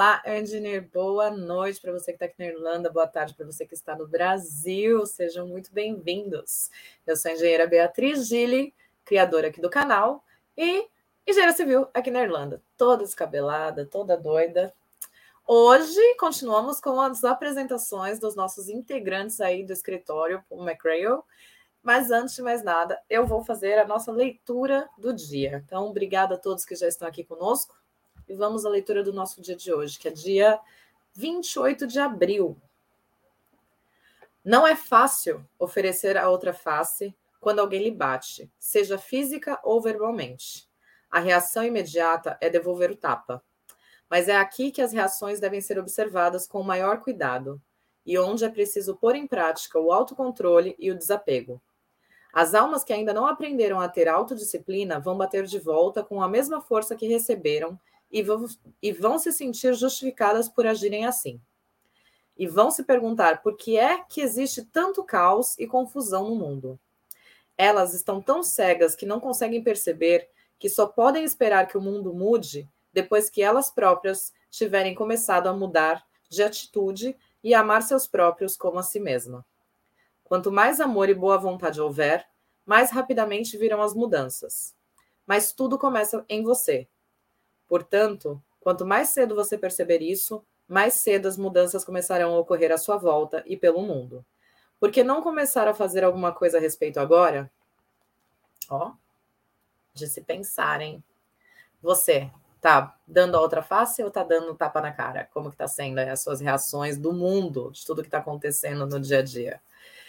Olá, engineer, boa noite para você que está aqui na Irlanda, boa tarde para você que está no Brasil, sejam muito bem-vindos. Eu sou a engenheira Beatriz Gili, criadora aqui do canal, e engenheira civil aqui na Irlanda, toda descabelada, toda doida. Hoje continuamos com as apresentações dos nossos integrantes aí do escritório, o McRae, mas antes de mais nada, eu vou fazer a nossa leitura do dia. Então, obrigada a todos que já estão aqui conosco. E vamos à leitura do nosso dia de hoje, que é dia 28 de abril. Não é fácil oferecer a outra face quando alguém lhe bate, seja física ou verbalmente. A reação imediata é devolver o tapa. Mas é aqui que as reações devem ser observadas com o maior cuidado e onde é preciso pôr em prática o autocontrole e o desapego. As almas que ainda não aprenderam a ter autodisciplina vão bater de volta com a mesma força que receberam e vão se sentir justificadas por agirem assim. E vão se perguntar por que é que existe tanto caos e confusão no mundo. Elas estão tão cegas que não conseguem perceber que só podem esperar que o mundo mude depois que elas próprias tiverem começado a mudar de atitude e amar seus próprios como a si mesma. Quanto mais amor e boa vontade houver, mais rapidamente virão as mudanças. Mas tudo começa em você. Portanto, quanto mais cedo você perceber isso, mais cedo as mudanças começarão a ocorrer à sua volta e pelo mundo. Por que não começar a fazer alguma coisa a respeito agora? Ó, de se pensar, hein? Você tá dando a outra face ou tá dando tapa na cara? Como que tá sendo as suas reações do mundo, de tudo que tá acontecendo no dia a dia?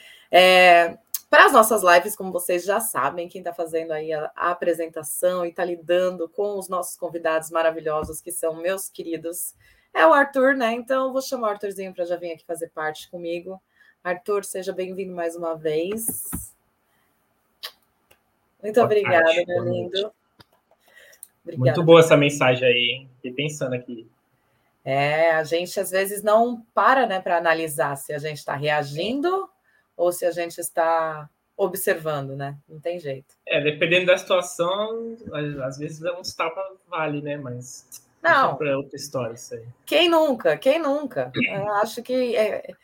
Para as nossas lives, como vocês já sabem, quem está fazendo aí a apresentação e está lidando com os nossos convidados maravilhosos, que são meus queridos, é o Arthur, né? Então, eu vou chamar o Arthurzinho para já vir aqui fazer parte comigo. Arthur, seja bem-vindo mais uma vez. Muito obrigada, meu lindo. Obrigada. Muito boa essa mensagem aí, hein? Fiquei pensando aqui. A gente às vezes não para, né, para analisar se a gente está reagindo ou se a gente está observando, né? Não tem jeito. Dependendo da situação, às vezes uns tapas vale, né? Mas não. Deixa para outra história isso aí. Quem nunca? Quem nunca? Eu acho que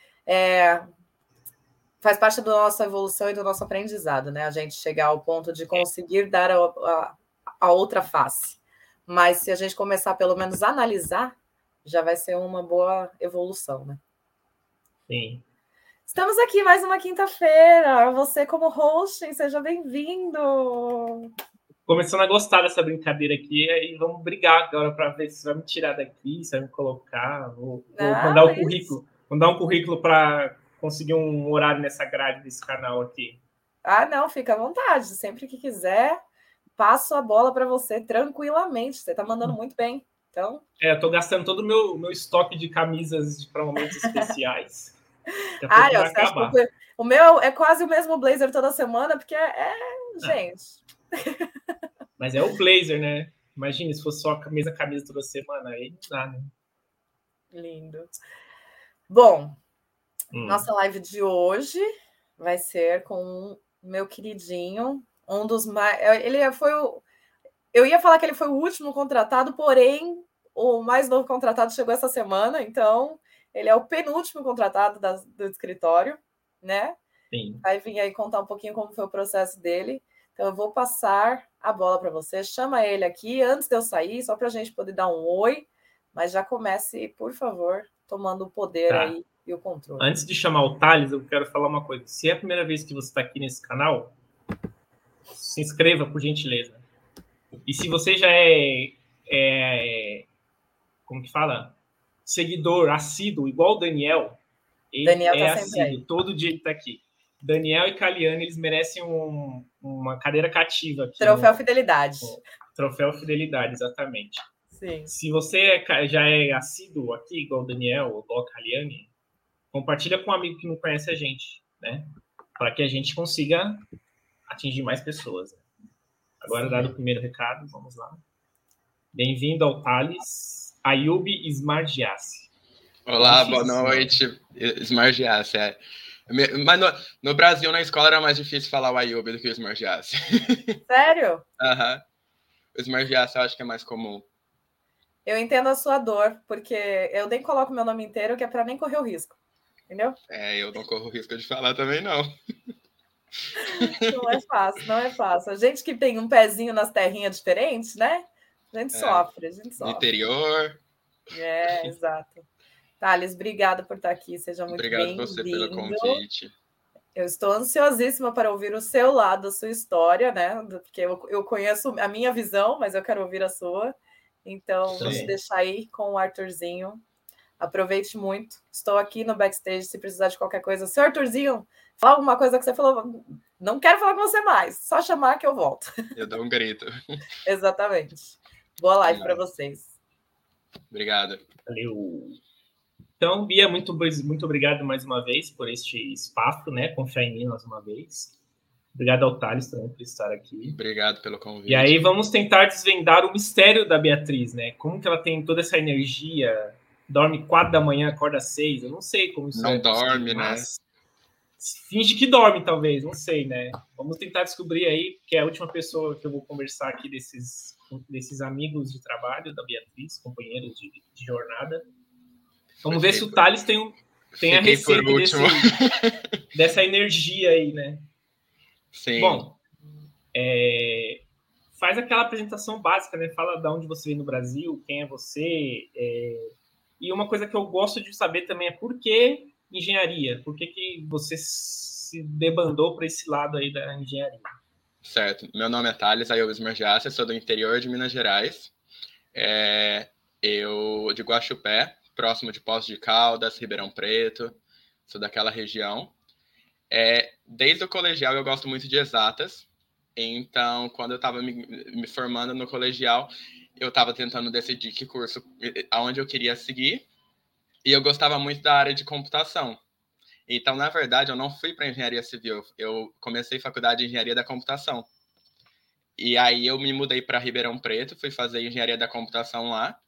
faz parte da nossa evolução e do nosso aprendizado, né? A gente chegar ao ponto de conseguir dar a outra face. Mas se a gente começar pelo menos a analisar, já vai ser uma boa evolução, né? Sim. Estamos aqui mais uma quinta-feira. Você como host, seja bem-vindo. Começando a gostar dessa brincadeira aqui, e vamos brigar agora para ver se vai me tirar daqui, se vai me colocar. Vou mandar o currículo. Mandar um currículo para conseguir um horário nessa grade desse canal aqui. Não, fica à vontade. Sempre que quiser, passo a bola para você tranquilamente. Você está mandando muito bem. Então... eu estou gastando todo o meu estoque de camisas para momentos especiais. Vai acabar. O meu é quase o mesmo blazer toda semana, porque gente. Mas é o blazer, né? Imagina se fosse só a mesma camisa toda semana, aí não dá, né? Lindo. Bom, nossa live de hoje vai ser com o meu queridinho, um dos mais... Ele foi o... Eu ia falar que ele foi o último contratado, porém, o mais novo contratado chegou essa semana, então ele é o penúltimo contratado do escritório, né? Sim. Vai vir aí contar um pouquinho como foi o processo dele. Então, eu vou passar a bola para você. Chama ele aqui antes de eu sair, só para a gente poder dar um oi. Mas já comece, por favor, tomando o poder aí e o controle. Antes de chamar o Thales, eu quero falar uma coisa. Se é a primeira vez que você está aqui nesse canal, se inscreva, por gentileza. E se você já como que fala? Seguidor assíduo, igual o Daniel, ele Daniel é assíduo, todo dia ele está aqui. Daniel e Caliane, eles merecem uma cadeira cativa aqui. Troféu Fidelidade. Troféu Fidelidade, exatamente. Sim. Se você já é assíduo aqui, igual o Daniel ou igual a Caliane, compartilha com um amigo que não conhece a gente, né? Para que a gente consiga atingir mais pessoas. Agora, dado o primeiro recado, vamos lá. Bem-vindo ao Thales Ayub Ismargiassi. Olá, boa noite. Ismargiassi, Mas no Brasil, na escola, era mais difícil falar o Ayub do que o Ismargiassi. Sério? Aham. O Ismargiassi eu acho que é mais comum. Eu entendo a sua dor, porque eu nem coloco meu nome inteiro, que é para nem correr o risco. Entendeu? Eu não corro risco de falar também, não. Não é fácil, não é fácil. A gente que tem um pezinho nas terrinhas diferentes, né? A gente sofre, a gente No sofre. interior. Exato. Thales, obrigada por estar aqui. Seja muito Obrigado você pelo bem-vindo. convite. Eu estou ansiosíssima para ouvir o seu lado, a sua história, né? Porque eu conheço a minha visão, mas eu quero ouvir a sua. Então, vou te deixar aí com o Arthurzinho. Aproveite muito. Estou aqui no backstage se precisar de qualquer coisa. Seu Arthurzinho, fala alguma coisa que você falou. Não quero falar com você mais. Só chamar que eu volto. Eu dou um grito. Exatamente. Boa live para vocês. Obrigado. Valeu. Então, Bia, muito obrigado mais uma vez por este espaço, né? Confiar em mim mais uma vez. Obrigado ao Thales também por estar aqui. Obrigado pelo convite. E aí vamos tentar desvendar o mistério da Beatriz, né? Como que ela tem toda essa energia, dorme 4 da manhã, acorda 6, eu não sei como isso não dorme, possível, né? Mas finge que dorme, talvez, não sei, né? Vamos tentar descobrir aí, que é a última pessoa que eu vou conversar aqui desses amigos de trabalho da Beatriz, companheiros de jornada. Vamos ver se o Thales tem a receita dessa energia aí, né? Sim. Bom, faz aquela apresentação básica, né? Fala de onde você vem no Brasil, quem é você. E uma coisa que eu gosto de saber também é por que engenharia? Por que você se debandou para esse lado aí da engenharia? Certo. Meu nome é Thales Ayobes Margiassi, sou do interior de Minas Gerais. Eu de Guaxupé, próximo de Poços de Caldas, Ribeirão Preto, sou daquela região. Desde o colegial eu gosto muito de exatas, então quando eu estava me formando no colegial, eu estava tentando decidir que curso, aonde eu queria seguir, e eu gostava muito da área de computação. Então, na verdade, eu não fui para engenharia civil, eu comecei faculdade de engenharia da computação. E aí eu me mudei para Ribeirão Preto, fui fazer engenharia da computação lá.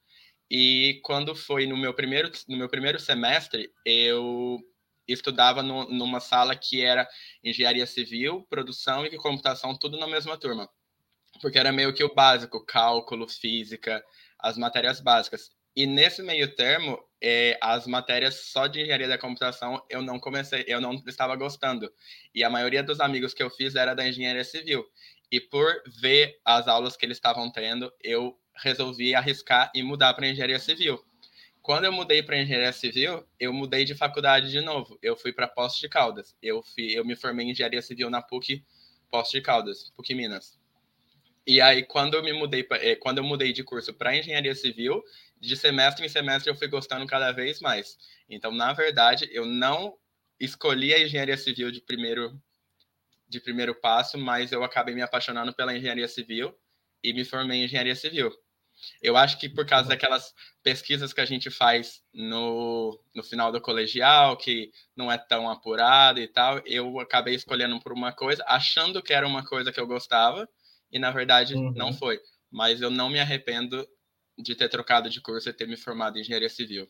E quando foi no meu primeiro semestre, eu estudava numa sala que era engenharia civil, produção e computação, tudo na mesma turma. Porque era meio que o básico, cálculo, física, as matérias básicas. E nesse meio termo, as matérias só de engenharia da computação eu não estava gostando. E a maioria dos amigos que eu fiz era da engenharia civil. E por ver as aulas que eles estavam tendo, eu resolvi arriscar e mudar para engenharia civil. Quando eu mudei para engenharia civil, eu mudei de faculdade de novo. Eu fui para Poços de Caldas. Eu me formei em engenharia civil na PUC Poços de Caldas, PUC Minas. E aí, quando eu mudei de curso para engenharia civil, de semestre em semestre eu fui gostando cada vez mais. Então, na verdade, eu não escolhi a engenharia civil de primeiro passo, mas eu acabei me apaixonando pela engenharia civil e me formei em engenharia civil. Eu acho que por causa daquelas pesquisas que a gente faz no final do colegial, que não é tão apurado e tal, eu acabei escolhendo por uma coisa, achando que era uma coisa que eu gostava, e na verdade não foi. Mas eu não me arrependo de ter trocado de curso e ter me formado em engenharia civil.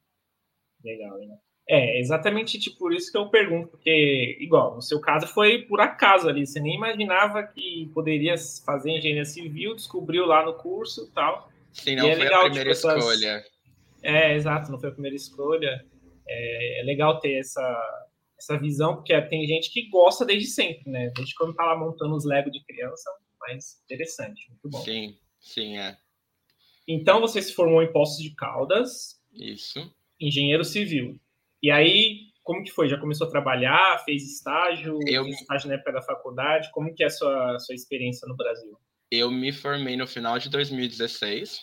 Legal, né? Exatamente por isso que eu pergunto, porque, igual, no seu caso foi por acaso ali, você nem imaginava que poderia fazer engenharia civil, descobriu lá no curso e tal. Sim, não foi legal, a primeira escolha. Exato, não foi a primeira escolha. É legal ter essa visão, porque tem gente que gosta desde sempre, né? Desde quando tá lá montando os Lego de criança, mas interessante, muito bom. Sim, Então você se formou em Poços de Caldas. Isso. Engenheiro civil. E aí, como que foi? Já começou a trabalhar? Fez estágio? Fez estágio na época da faculdade? Como que é a sua experiência no Brasil? Eu me formei no final de 2016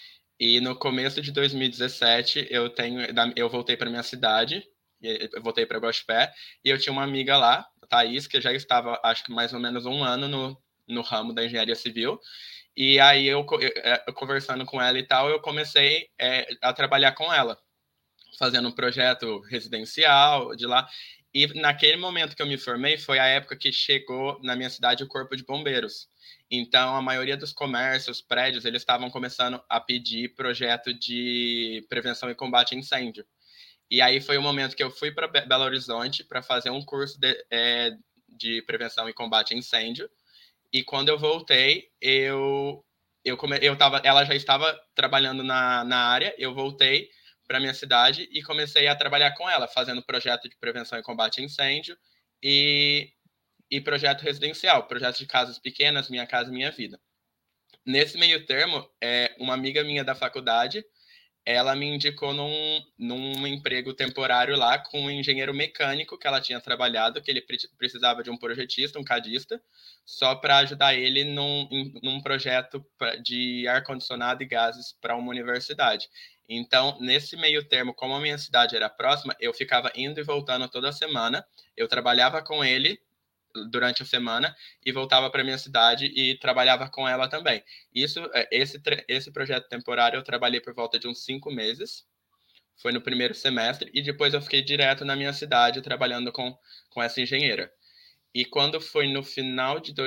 e no começo de 2017 eu voltei para minha cidade, eu voltei para Guaxupé e eu tinha uma amiga lá, a Thaís, que já estava, acho que mais ou menos um ano no ramo da engenharia civil. E aí eu conversando com ela e tal, eu comecei a trabalhar com ela, fazendo um projeto residencial de lá. E naquele momento que eu me formei, foi a época que chegou na minha cidade o Corpo de Bombeiros. Então, a maioria dos comércios, prédios, eles estavam começando a pedir projeto de prevenção e combate a incêndio. E aí foi o momento que eu fui para Belo Horizonte para fazer um curso de prevenção e combate a incêndio. E quando eu voltei, eu ela já estava trabalhando na área, eu voltei para minha cidade e comecei a trabalhar com ela, fazendo projeto de prevenção e combate a incêndio e projeto residencial, projeto de casas pequenas, Minha Casa Minha Vida. Nesse meio termo, uma amiga minha da faculdade, ela me indicou num emprego temporário lá com um engenheiro mecânico que ela tinha trabalhado, que ele precisava de um projetista, um cadista, só para ajudar ele num projeto de ar-condicionado e gases para uma universidade. Então, nesse meio termo, como a minha cidade era próxima, eu ficava indo e voltando toda semana, eu trabalhava com ele durante a semana e voltava para minha cidade e trabalhava com ela também. Esse projeto temporário eu trabalhei por volta de uns 5 meses, foi no primeiro semestre, e depois eu fiquei direto na minha cidade trabalhando com essa engenheira. E quando foi no final de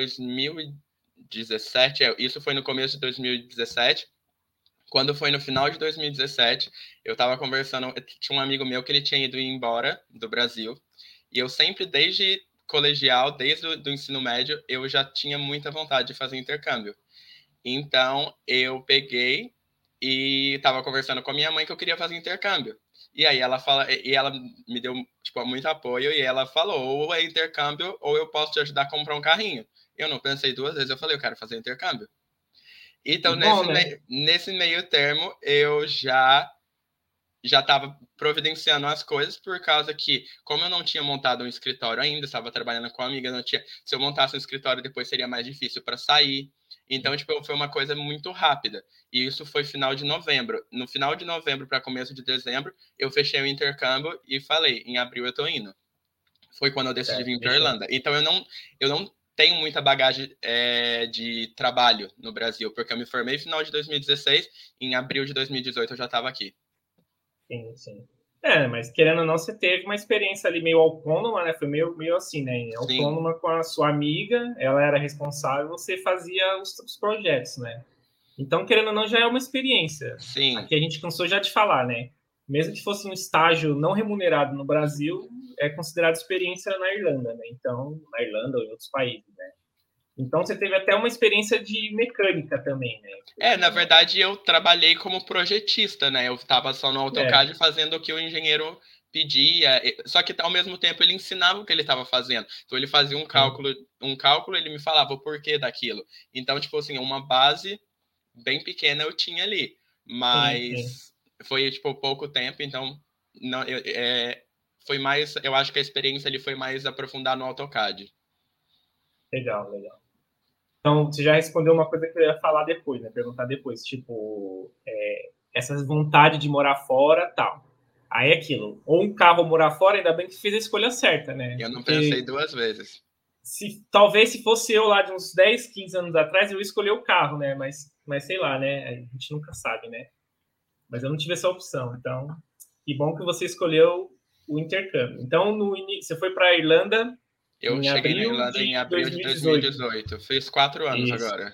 2017, isso foi no começo de 2017, quando foi no final de 2017, eu estava conversando, tinha um amigo meu que ele tinha ido embora do Brasil, e eu sempre, desde colegial, desde o ensino médio, eu já tinha muita vontade de fazer intercâmbio. Então, eu peguei e estava conversando com a minha mãe que eu queria fazer intercâmbio. E aí ela me deu tipo, muito apoio e ela falou, ou é intercâmbio ou eu posso te ajudar a comprar um carrinho. Eu não pensei 2 vezes, eu falei, eu quero fazer intercâmbio. Então, Bom, né? nesse meio termo, eu já estava providenciando as coisas por causa que, como eu não tinha montado um escritório ainda, estava trabalhando com uma amiga, não tinha, se eu montasse um escritório depois seria mais difícil para sair. Então, tipo, foi uma coisa muito rápida. E isso foi final de novembro. No final de novembro para começo de dezembro, eu fechei o intercâmbio e falei, em abril eu tô indo. Foi quando eu decidi vir para Irlanda. Então, eu não tenho muita bagagem de trabalho no Brasil, porque eu me formei no final de 2016, e em abril de 2018 eu já estava aqui. Sim, sim. Mas querendo ou não, você teve uma experiência ali meio autônoma, né? Foi meio assim, né? Autônoma com a sua amiga, ela era responsável, você fazia os projetos, né? Então, querendo ou não, já é uma experiência. Sim. Aqui a gente cansou já de falar, né? Mesmo que fosse um estágio não remunerado no Brasil, é considerado experiência na Irlanda, né? Então, na Irlanda ou em outros países, né? Então, você teve até uma experiência de mecânica também, né? Na verdade, eu trabalhei como projetista, né? Eu estava só no AutoCAD fazendo o que o engenheiro pedia, só que ao mesmo tempo ele ensinava o que ele estava fazendo. Então ele fazia um cálculo, ele me falava o porquê daquilo. Então, tipo assim, uma base bem pequena eu tinha ali, mas foi tipo pouco tempo, então não, foi mais, eu acho que a experiência ali foi mais aprofundar no AutoCAD. Legal. Então, você já respondeu uma coisa que eu ia falar depois, né? Perguntar depois, tipo, essa vontade de morar fora, tal. Aí é aquilo, ou um carro morar fora, ainda bem que fez a escolha certa, né? Eu não Porque pensei 2 vezes. talvez se fosse eu lá de uns 10, 15 anos atrás, eu ia escolher o carro, né? Mas sei lá, né? A gente nunca sabe, né? Mas eu não tive essa opção. Então, que bom que você escolheu o intercâmbio. Então, você foi para a Irlanda Eu em cheguei na abril Irlanda em de abril de 2018. 2018. Fiz 4 anos Isso. agora.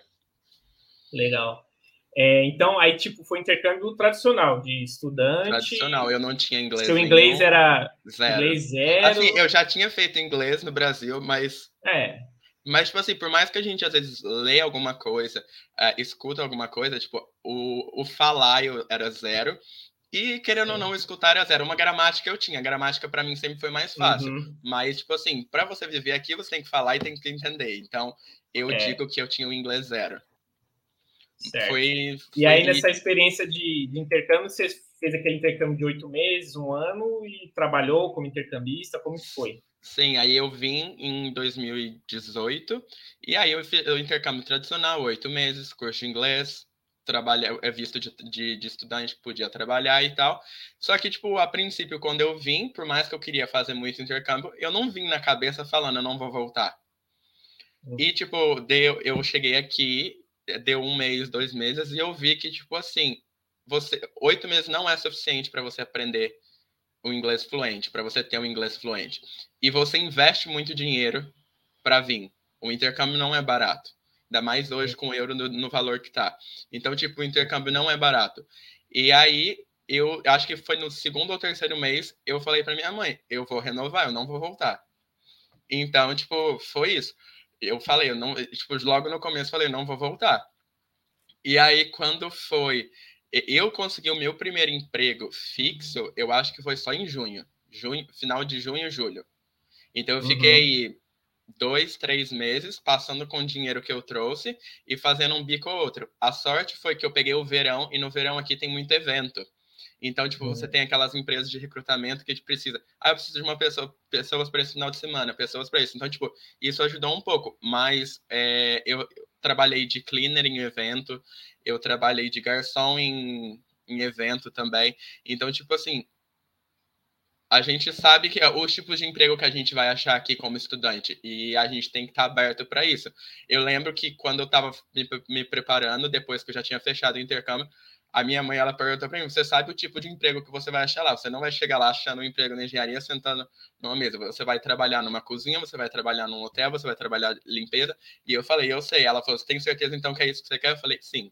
Legal. Então, aí, tipo, foi intercâmbio tradicional, de estudante. Tradicional, eu não tinha inglês Seu inglês nenhum. era Zero. inglês zero. Assim, eu já tinha feito inglês no Brasil, mas... Mas, tipo assim, por mais que a gente, às vezes, lê alguma coisa, escuta alguma coisa, tipo, o falar era zero. E, querendo ou não, escutar era zero. Uma gramática eu tinha. A gramática, para mim, sempre foi mais fácil. Mas, tipo assim, para você viver aqui, você tem que falar e tem que entender. Então, eu digo que eu tinha o inglês zero. Certo. E aí, nessa experiência de intercâmbio, você fez aquele intercâmbio de 8 meses, 1 ano, e trabalhou como intercambista? Como que foi? Sim, aí eu vim em 2018, e aí eu fiz o intercâmbio tradicional, 8 meses, curso de inglês, visto de estudante que podia trabalhar e tal. Só que, tipo, a princípio, quando eu vim, por mais que eu queria fazer muito intercâmbio, eu não vim na cabeça falando, eu não vou voltar. E, tipo, eu cheguei aqui, deu 1 mês, 2 meses, e eu vi que, tipo, assim, 8 meses não é suficiente para você aprender o inglês fluente, para você ter um inglês fluente. E você investe muito dinheiro para vir. O intercâmbio não é barato. Ainda mais hoje com o euro no valor que tá. Então, tipo, o intercâmbio não é barato. E aí, eu acho que foi no 2º ou 3º mês, eu falei para minha mãe, eu vou renovar, eu não vou voltar. Então, tipo, foi isso. Eu falei, eu não, tipo, logo no começo falei, eu não vou voltar. E aí, quando foi... Eu consegui o meu primeiro emprego fixo, eu acho que foi só em junho. Final de junho, julho. Então, eu fiquei 2, 3 meses passando com o dinheiro que eu trouxe e fazendo um bico ou outro. A sorte foi que eu peguei o verão, e no verão aqui tem muito evento. Então, tipo, você tem aquelas empresas de recrutamento que a gente precisa. Ah, eu preciso de uma pessoa, pessoas para esse final de semana, pessoas para isso. Então, tipo, isso ajudou um pouco. Mas eu trabalhei de cleaner em evento, eu trabalhei de garçom em evento também. Então, tipo assim, a gente sabe que os tipos de emprego que a gente vai achar aqui como estudante e a gente tem que estar aberto para isso. Eu lembro que quando eu estava me preparando, depois que eu já tinha fechado o intercâmbio, a minha mãe ela perguntou para mim: você sabe o tipo de emprego que você vai achar lá? Você não vai chegar lá achando um emprego na engenharia sentando numa mesa. Você vai trabalhar numa cozinha, você vai trabalhar num hotel, você vai trabalhar limpeza. E eu falei: eu sei. Ela falou: você tem certeza então que é isso que você quer? Eu falei: sim.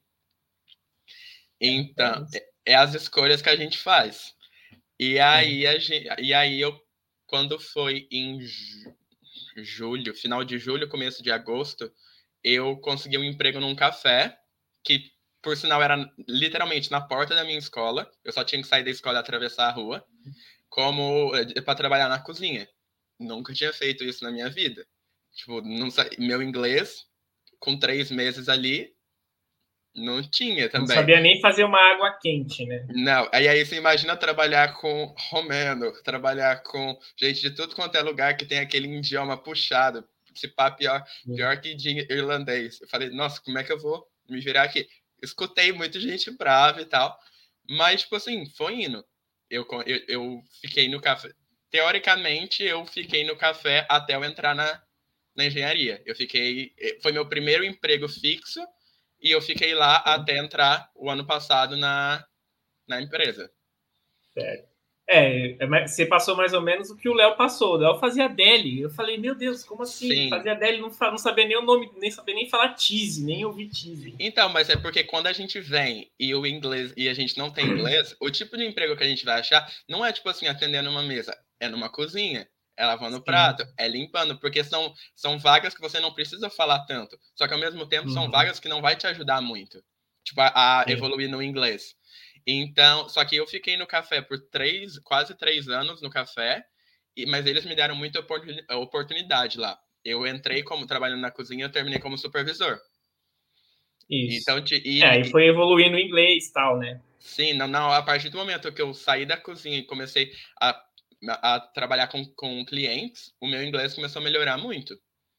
Então, é as escolhas que a gente faz. E aí eu, quando foi em julho, final de julho, começo de agosto, eu consegui um emprego num café, que por sinal era literalmente na porta da minha escola. Eu só tinha que sair da escola e atravessar a rua, como para trabalhar na cozinha. Nunca tinha feito isso na minha vida. Tipo, não, meu inglês, com 3 meses ali, não tinha Não também. sabia nem fazer uma água quente, né? Não, aí você imagina trabalhar com romeno, trabalhar com gente de tudo quanto é lugar que tem aquele idioma puxado, se pá, pior que de irlandês. Eu falei, nossa, como é que eu vou me virar aqui? Escutei muita gente brava e tal, mas, tipo assim, foi indo. Eu fiquei no café. Teoricamente, eu fiquei no café até eu entrar na engenharia. Foi meu primeiro emprego fixo e eu fiquei lá até entrar o ano passado na empresa. Certo. Você passou mais ou menos o que o Léo passou. O Léo fazia deli. Eu falei, meu Deus, como assim? Ele Sim. fazia deli, não sabia nem o nome, nem sabia nem falar cheese, nem ouvir cheese. Então, mas é porque quando a gente vem e o inglês e a gente não tem inglês, o tipo de emprego que a gente vai achar não é tipo assim, atendendo uma mesa, é numa cozinha, é lavando prato, é limpando, porque são vagas que você não precisa falar tanto. Só que ao mesmo tempo são vagas que não vai te ajudar muito, tipo, a evoluir no inglês. Então, só que eu fiquei no café por quase 3 anos no café, mas eles me deram muita oportunidade lá. Eu entrei como trabalhando na cozinha, eu terminei como supervisor. Isso. Então, Aí foi evoluindo o inglês e tal, né? sim, não, a partir do momento que eu saí da cozinha e comecei a trabalhar com clientes, o meu inglês começou a melhorar muito.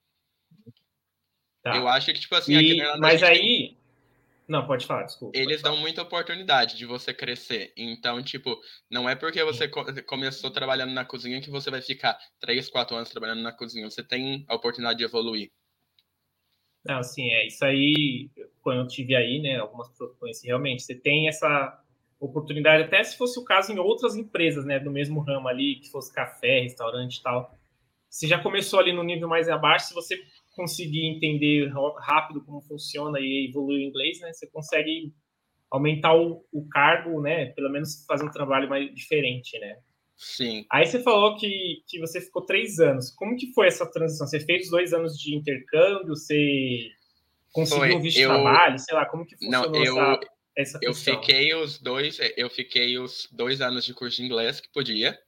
Tá. Eu acho que, tipo assim, aqui na Irlanda a Mas gente tem. aí. Não, pode falar, desculpa. Eles dão muita oportunidade de você crescer. Então, tipo, não é porque você começou trabalhando na cozinha que você vai ficar 3, 4 anos trabalhando na cozinha. Você tem a oportunidade de evoluir. Não, assim, isso aí, quando eu tive aí, né, algumas pessoas que conheci, realmente, você tem essa oportunidade, até se fosse o caso em outras empresas, né, do mesmo ramo ali, que fosse café, restaurante e tal. Você já começou ali no nível mais abaixo, se você conseguir entender rápido como funciona e evoluir o inglês, né, você consegue aumentar o cargo, né, pelo menos fazer um trabalho mais diferente, né. Sim. Aí você falou que você ficou 3 anos. Como que foi essa transição? Você fez 2 anos de intercâmbio? Você conseguiu um visto de trabalho? Sei lá, como que Não, funcionou essa eu questão? eu fiquei os 2 anos de curso de inglês que podia.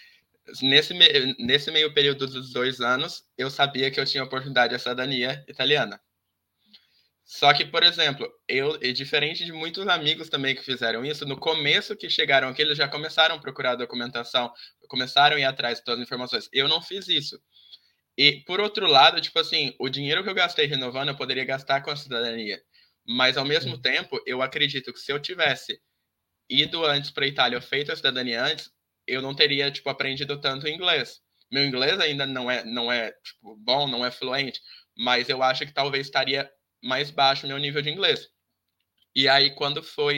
Nesse meio período dos 2 anos, eu sabia que eu tinha oportunidade de cidadania italiana. Só que, por exemplo, diferente de muitos amigos também que fizeram isso, no começo que chegaram aqui, eles já começaram a procurar a documentação, começaram a ir atrás de todas as informações. Eu não fiz isso. E, por outro lado, tipo assim, o dinheiro que eu gastei renovando, eu poderia gastar com a cidadania. Mas, ao mesmo tempo, eu acredito que se eu tivesse ido antes para a Itália ou feito a cidadania antes, eu não teria, tipo, aprendido tanto inglês. Meu inglês ainda não é tipo, bom, não é fluente, mas eu acho que talvez estaria mais baixo o meu nível de inglês. E aí, quando foi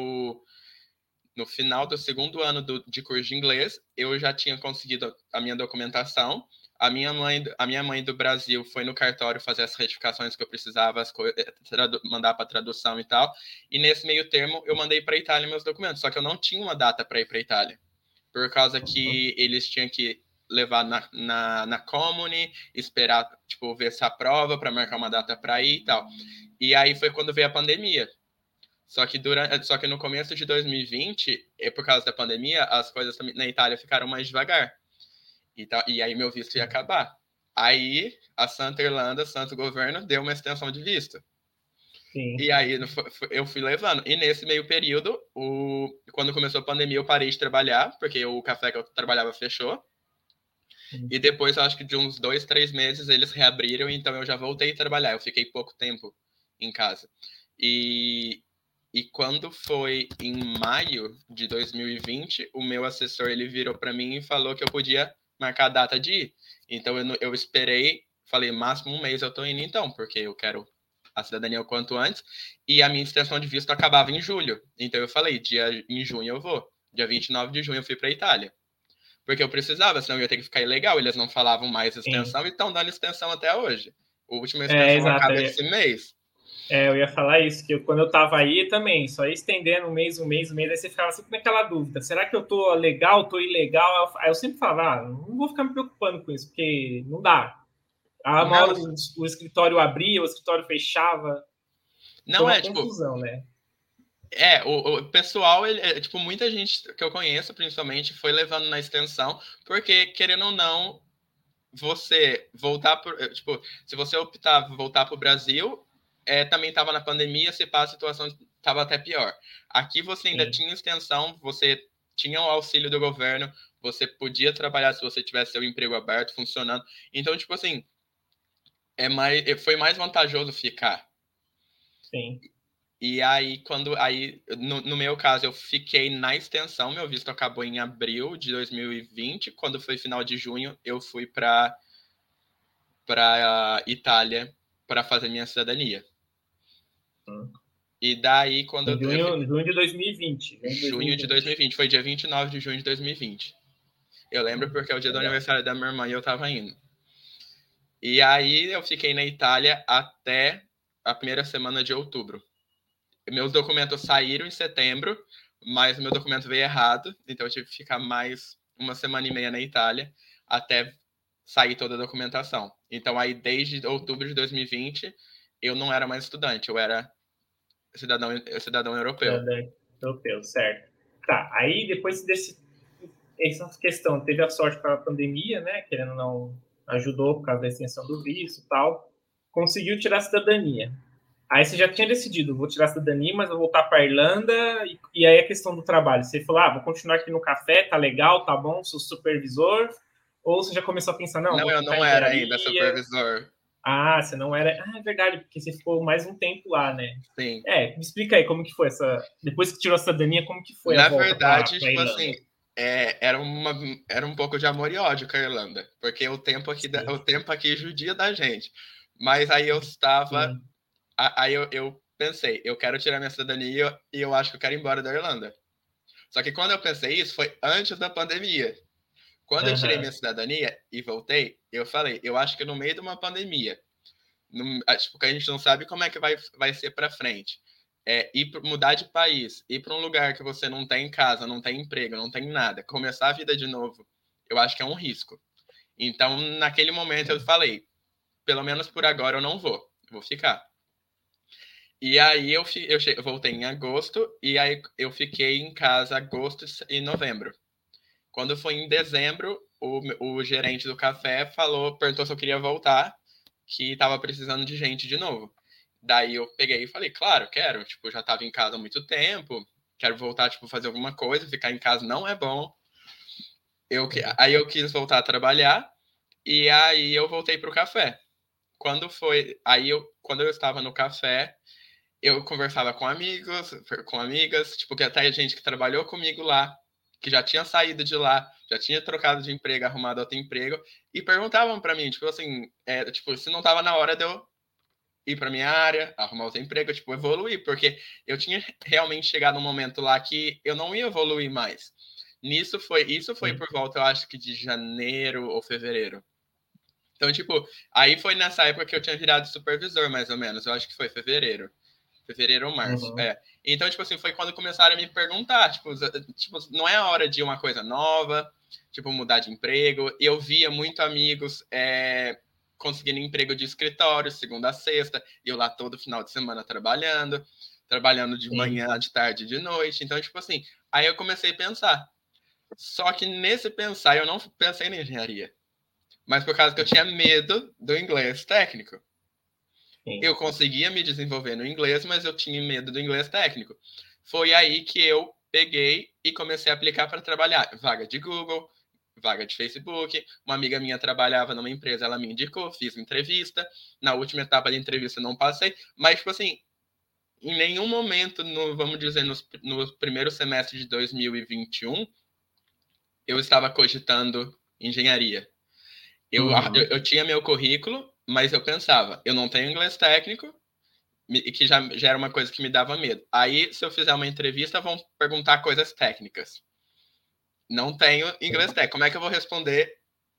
no final do segundo ano de curso de inglês, eu já tinha conseguido a minha documentação. A minha mãe do Brasil foi no cartório fazer as retificações que eu precisava, mandar para tradução e tal. E nesse meio termo, eu mandei para a Itália meus documentos. Só que eu não tinha uma data para ir para a Itália, por causa que eles tinham que levar na Comune, esperar, tipo, ver essa prova para marcar uma data para ir e tal. E aí foi quando veio a pandemia. Só que no começo de 2020, por causa da pandemia, as coisas na Itália ficaram mais devagar. E aí meu visto ia acabar. Aí a Santa Irlanda, Santo Governo, deu uma extensão de visto. Sim. E aí eu fui levando. E nesse meio período, quando começou a pandemia, eu parei de trabalhar, porque o café que eu trabalhava fechou. E depois, eu acho que de uns 2, 3 meses, eles reabriram, então eu já voltei a trabalhar. Eu fiquei pouco tempo em casa. E quando foi em maio de 2020, o meu assessor ele virou para mim e falou que eu podia marcar a data de ir. Então eu esperei, falei, máximo um mês eu tô indo então, porque eu quero a cidadania o quanto antes. E a minha extensão de visto acabava em julho. Então eu falei, em junho eu vou. Dia 29 de junho eu fui para Itália. Porque eu precisava, senão eu ia ter que ficar ilegal. Eles não falavam mais extensão e estão dando extensão até hoje. A última extensão Exato. acaba esse mês. Eu ia falar isso, que quando eu tava aí também, só ia estendendo um mês, aí você ficava sempre naquela dúvida, será que eu tô legal, tô ilegal? Aí eu sempre falava, não vou ficar me preocupando com isso, porque não dá. Uma hora o escritório abria, o escritório fechava, não foi uma é, confusão, né? O pessoal, tipo, muita gente que eu conheço, principalmente, foi levando na extensão, porque, querendo ou não, você voltar tipo, se você optar por voltar para o Brasil, também estava na pandemia, se pá, a situação estava até pior. Aqui você ainda tinha extensão, você tinha o auxílio do governo, você podia trabalhar se você tivesse seu emprego aberto, funcionando. Então, tipo assim, foi mais vantajoso ficar. Sim. E aí, no meu caso, eu fiquei na extensão, meu visto acabou em abril de 2020, quando foi final de junho, eu fui para Itália para fazer minha cidadania. E daí, quando junho de 2020. Junho de 2020, foi dia 29 de junho de 2020. Eu lembro porque é o dia do aniversário da minha irmã e eu tava indo. E aí, eu fiquei na Itália até a primeira semana de outubro. Meus documentos saíram em setembro, mas meu documento veio errado, então eu tive que ficar mais uma semana e meia na Itália até sair toda a documentação. Então aí desde outubro de 2020 eu não era mais estudante, eu era cidadão europeu. Cidadão europeu, certo. Tá, aí depois essa questão, teve a sorte para a pandemia, né, querendo ou não, ajudou por causa da extensão do visto e tal, conseguiu tirar a cidadania. Aí você já tinha decidido, vou tirar a cidadania, mas vou voltar para a Irlanda. E aí a questão do trabalho. Você falou, vou continuar aqui no café, tá legal, tá bom, sou supervisor. Ou você já começou a pensar, não, vou eu tentar não era engenharia. ainda supervisor. Você não era. É verdade, porque você ficou mais um tempo lá, né? Sim. Me explica aí como que foi essa. Depois que tirou a cidadania, como que foi a volta verdade, pra Irlanda? Assim, era um pouco de amor e ódio com a Irlanda, porque o tempo aqui judia da gente. Mas aí eu estava. Sim. Aí eu pensei, eu quero tirar minha cidadania e eu acho que eu quero ir embora da Irlanda. Só que quando eu pensei isso, foi antes da pandemia. Quando eu tirei minha cidadania e voltei, eu falei, eu acho que no meio de uma pandemia, porque a gente não sabe como é que vai ser para frente. Mudar de país, ir para um lugar que você não tem casa, não tem emprego, não tem nada, começar a vida de novo, eu acho que é um risco. Então, naquele momento, eu falei, pelo menos por agora eu não vou ficar. E aí eu voltei em agosto e aí eu fiquei em casa agosto e novembro. Quando foi em dezembro, o gerente do café perguntou se eu queria voltar, que estava precisando de gente de novo. Daí eu peguei e falei, claro, quero. Tipo, já estava em casa há muito tempo, quero voltar, tipo, fazer alguma coisa, ficar em casa não é bom. Aí eu quis voltar a trabalhar e aí eu voltei pro café. Quando eu estava no café, eu conversava com amigos, com amigas, tipo, que até gente que trabalhou comigo lá, que já tinha saído de lá, já tinha trocado de emprego, arrumado outro emprego, e perguntavam para mim, tipo assim, tipo, se não tava na hora de eu ir para minha área, arrumar outro emprego, tipo, evoluir, porque eu tinha realmente chegado num momento lá que eu não ia evoluir mais. Isso foi por volta, eu acho que de janeiro ou fevereiro. Então, tipo, aí foi nessa época que eu tinha virado supervisor, mais ou menos. Eu acho que foi fevereiro ou março. Então, tipo assim, foi quando começaram a me perguntar, tipo, não é a hora de uma coisa nova, tipo, mudar de emprego. E eu via muito amigos conseguindo emprego de escritório, segunda a sexta, e eu lá todo final de semana trabalhando. trabalhando de manhã, de tarde, de noite. Então, tipo assim, aí eu comecei a pensar. Só que nesse pensar, eu não pensei na engenharia. Mas por causa que eu tinha medo do inglês técnico. Sim. Eu conseguia me desenvolver no inglês, mas eu tinha medo do inglês técnico. Foi aí que eu peguei e comecei a aplicar para trabalhar. Vaga de Google, vaga de Facebook. Uma amiga minha trabalhava numa empresa, ela me indicou, fiz entrevista. Na última etapa da entrevista não passei, mas, tipo assim, em nenhum momento, vamos dizer, no primeiro semestre de 2021, eu estava cogitando engenharia. Eu tinha meu currículo, mas eu pensava, eu não tenho inglês técnico, e que já era uma coisa que me dava medo. Aí, se eu fizer uma entrevista, vão perguntar coisas técnicas. Não tenho inglês técnico. Como é que eu vou responder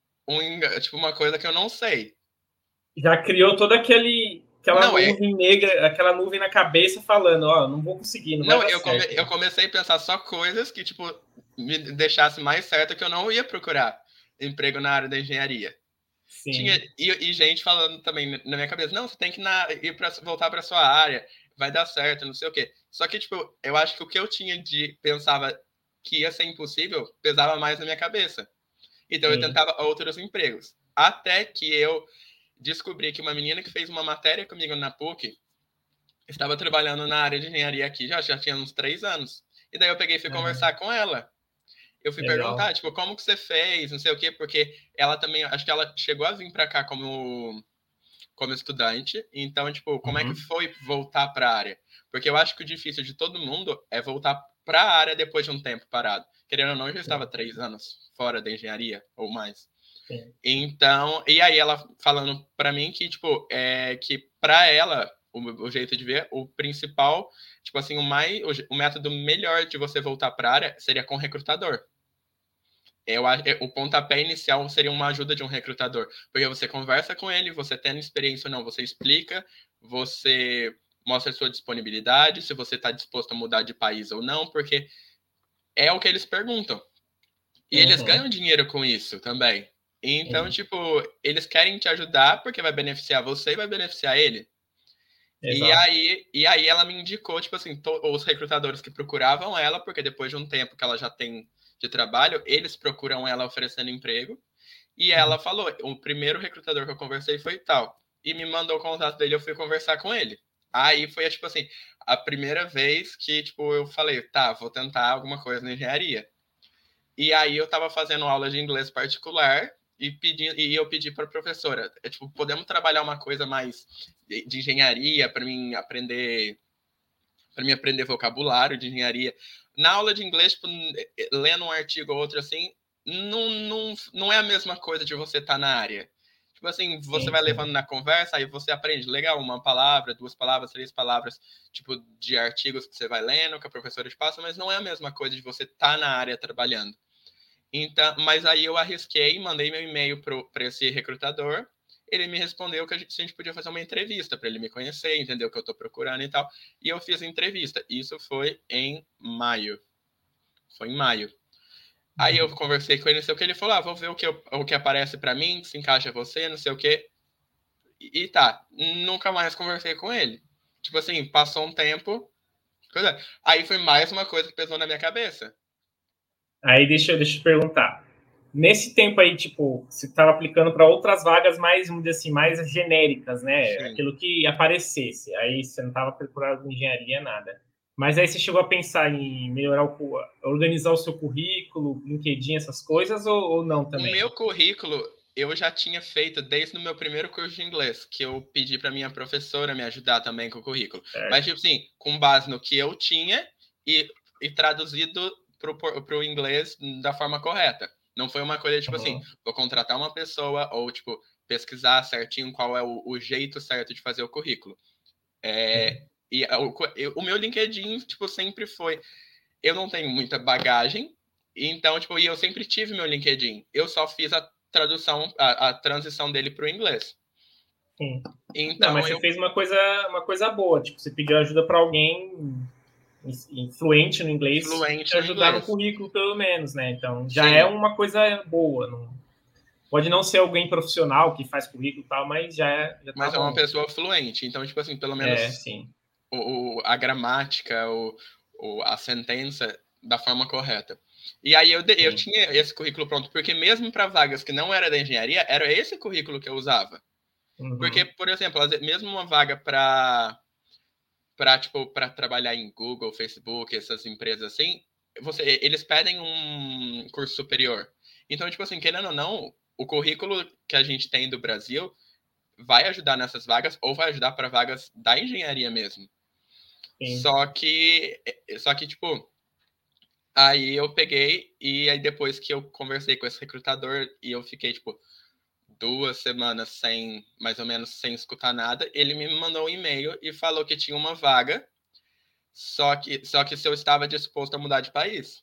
uma coisa que eu não sei? Já criou toda aquela Não, nuvem negra, aquela nuvem na cabeça falando, ó, não vou conseguir, não vai dar certo. Eu comecei a pensar só coisas que, tipo, me deixasse mais certo que eu não ia procurar emprego na área da engenharia. Sim. Tinha, e gente falando também na minha cabeça, não, você tem que voltar para sua área, vai dar certo, não sei o quê. Só que, tipo, eu acho que o que eu pensava que ia ser impossível, pesava mais na minha cabeça. Então, eu tentava outros empregos. Até que eu descobri que uma menina que fez uma matéria comigo na PUC estava trabalhando na área de engenharia aqui, já tinha uns 3 anos. E daí eu peguei e fui conversar com ela. Eu fui perguntar, tipo, como que você fez, não sei o quê, porque ela também, acho que ela chegou a vir para cá como estudante, então, tipo, como é que foi voltar para a área? Porque eu acho que o difícil de todo mundo é voltar para a área depois de um tempo parado. Querendo ou não, eu já estava 3 anos fora da engenharia, ou mais. Sim. Então, e aí ela falando para mim que, tipo, que para ela, o jeito de ver, o principal, tipo assim, o método melhor de você voltar para a área seria com recrutador. O pontapé inicial seria uma ajuda de um recrutador, porque você conversa com ele, você tendo experiência ou não, você explica, você mostra a sua disponibilidade, se você está disposto a mudar de país ou não, porque é o que eles perguntam. E eles ganham dinheiro com isso também. Então, tipo, eles querem te ajudar porque vai beneficiar você e vai beneficiar ele. E aí ela me indicou, tipo assim, os recrutadores que procuravam ela, porque depois de um tempo que ela já tem de trabalho, eles procuram ela oferecendo emprego. E ela falou, o primeiro recrutador que eu conversei foi tal. E me mandou o contato dele, eu fui conversar com ele. Aí foi, tipo assim, a primeira vez que, tipo, eu falei, tá, vou tentar alguma coisa na engenharia. E aí eu tava fazendo aula de inglês particular e eu pedi para a professora, tipo, podemos trabalhar uma coisa mais de engenharia para mim aprender vocabulário de engenharia. Na aula de inglês, tipo, lendo um artigo ou outro assim, não é a mesma coisa de você estar na área. Tipo assim, você vai levando na conversa, aí você aprende, legal, uma palavra, 2 palavras, 3 palavras, tipo, de artigos que você vai lendo, que a professora te passa, mas não é a mesma coisa de você estar na área trabalhando. Então, mas aí eu arrisquei, mandei meu e-mail para esse recrutador, ele me respondeu que a gente podia fazer uma entrevista para ele me conhecer, entender o que eu estou procurando e tal. E eu fiz a entrevista. Isso foi em maio. Foi em maio. Aí eu conversei com ele, não sei o que, ele falou, vou ver o que aparece para mim, se encaixa você, não sei o que. E tá, nunca mais conversei com ele. Tipo assim, passou um tempo, aí foi mais uma coisa que pesou na minha cabeça. Aí deixa eu te perguntar. Nesse tempo aí, tipo, você estava aplicando para outras vagas mais, vamos dizer assim, mais genéricas, né? Sim. Aquilo que aparecesse. Aí você não estava procurando engenharia, nada. Mas aí você chegou a pensar em melhorar, organizar o seu currículo, LinkedIn, essas coisas, ou não também? O meu currículo eu já tinha feito desde o meu primeiro curso de inglês, que eu pedi para minha professora me ajudar também com o currículo. Mas, tipo assim, com base no que eu tinha e traduzido para o inglês da forma correta. Não foi uma coisa, tipo assim, vou contratar uma pessoa ou, tipo, pesquisar certinho qual é o jeito certo de fazer o currículo. E o meu LinkedIn, tipo, sempre foi... Eu não tenho muita bagagem, então, tipo, e eu sempre tive meu LinkedIn. Eu só fiz a tradução, a transição dele para o inglês. Sim. Então, não, mas você fez uma coisa boa. Tipo, você pediu ajuda para alguém influente no inglês te ajudar no currículo, pelo menos, né? Então, já é uma coisa boa. Não... Pode não ser alguém profissional que faz currículo e tal, mas já tá mas bom. É uma pessoa fluente. Então, tipo assim, pelo menos... sim. a gramática, a sentença da forma correta. E aí eu tinha esse currículo pronto, porque mesmo para vagas que não era da engenharia, era esse currículo que eu usava. Porque, por exemplo, mesmo uma vaga para trabalhar em Google, Facebook, essas empresas assim, eles pedem um curso superior. Então, tipo assim, querendo ou não, o currículo que a gente tem do Brasil vai ajudar nessas vagas ou vai ajudar para vagas da engenharia mesmo. Só que, tipo, aí eu peguei e aí depois que eu conversei com esse recrutador e eu fiquei, tipo, 2 semanas mais ou menos, sem escutar nada, ele me mandou um e-mail e falou que tinha uma vaga, só que se eu estava disposto a mudar de país.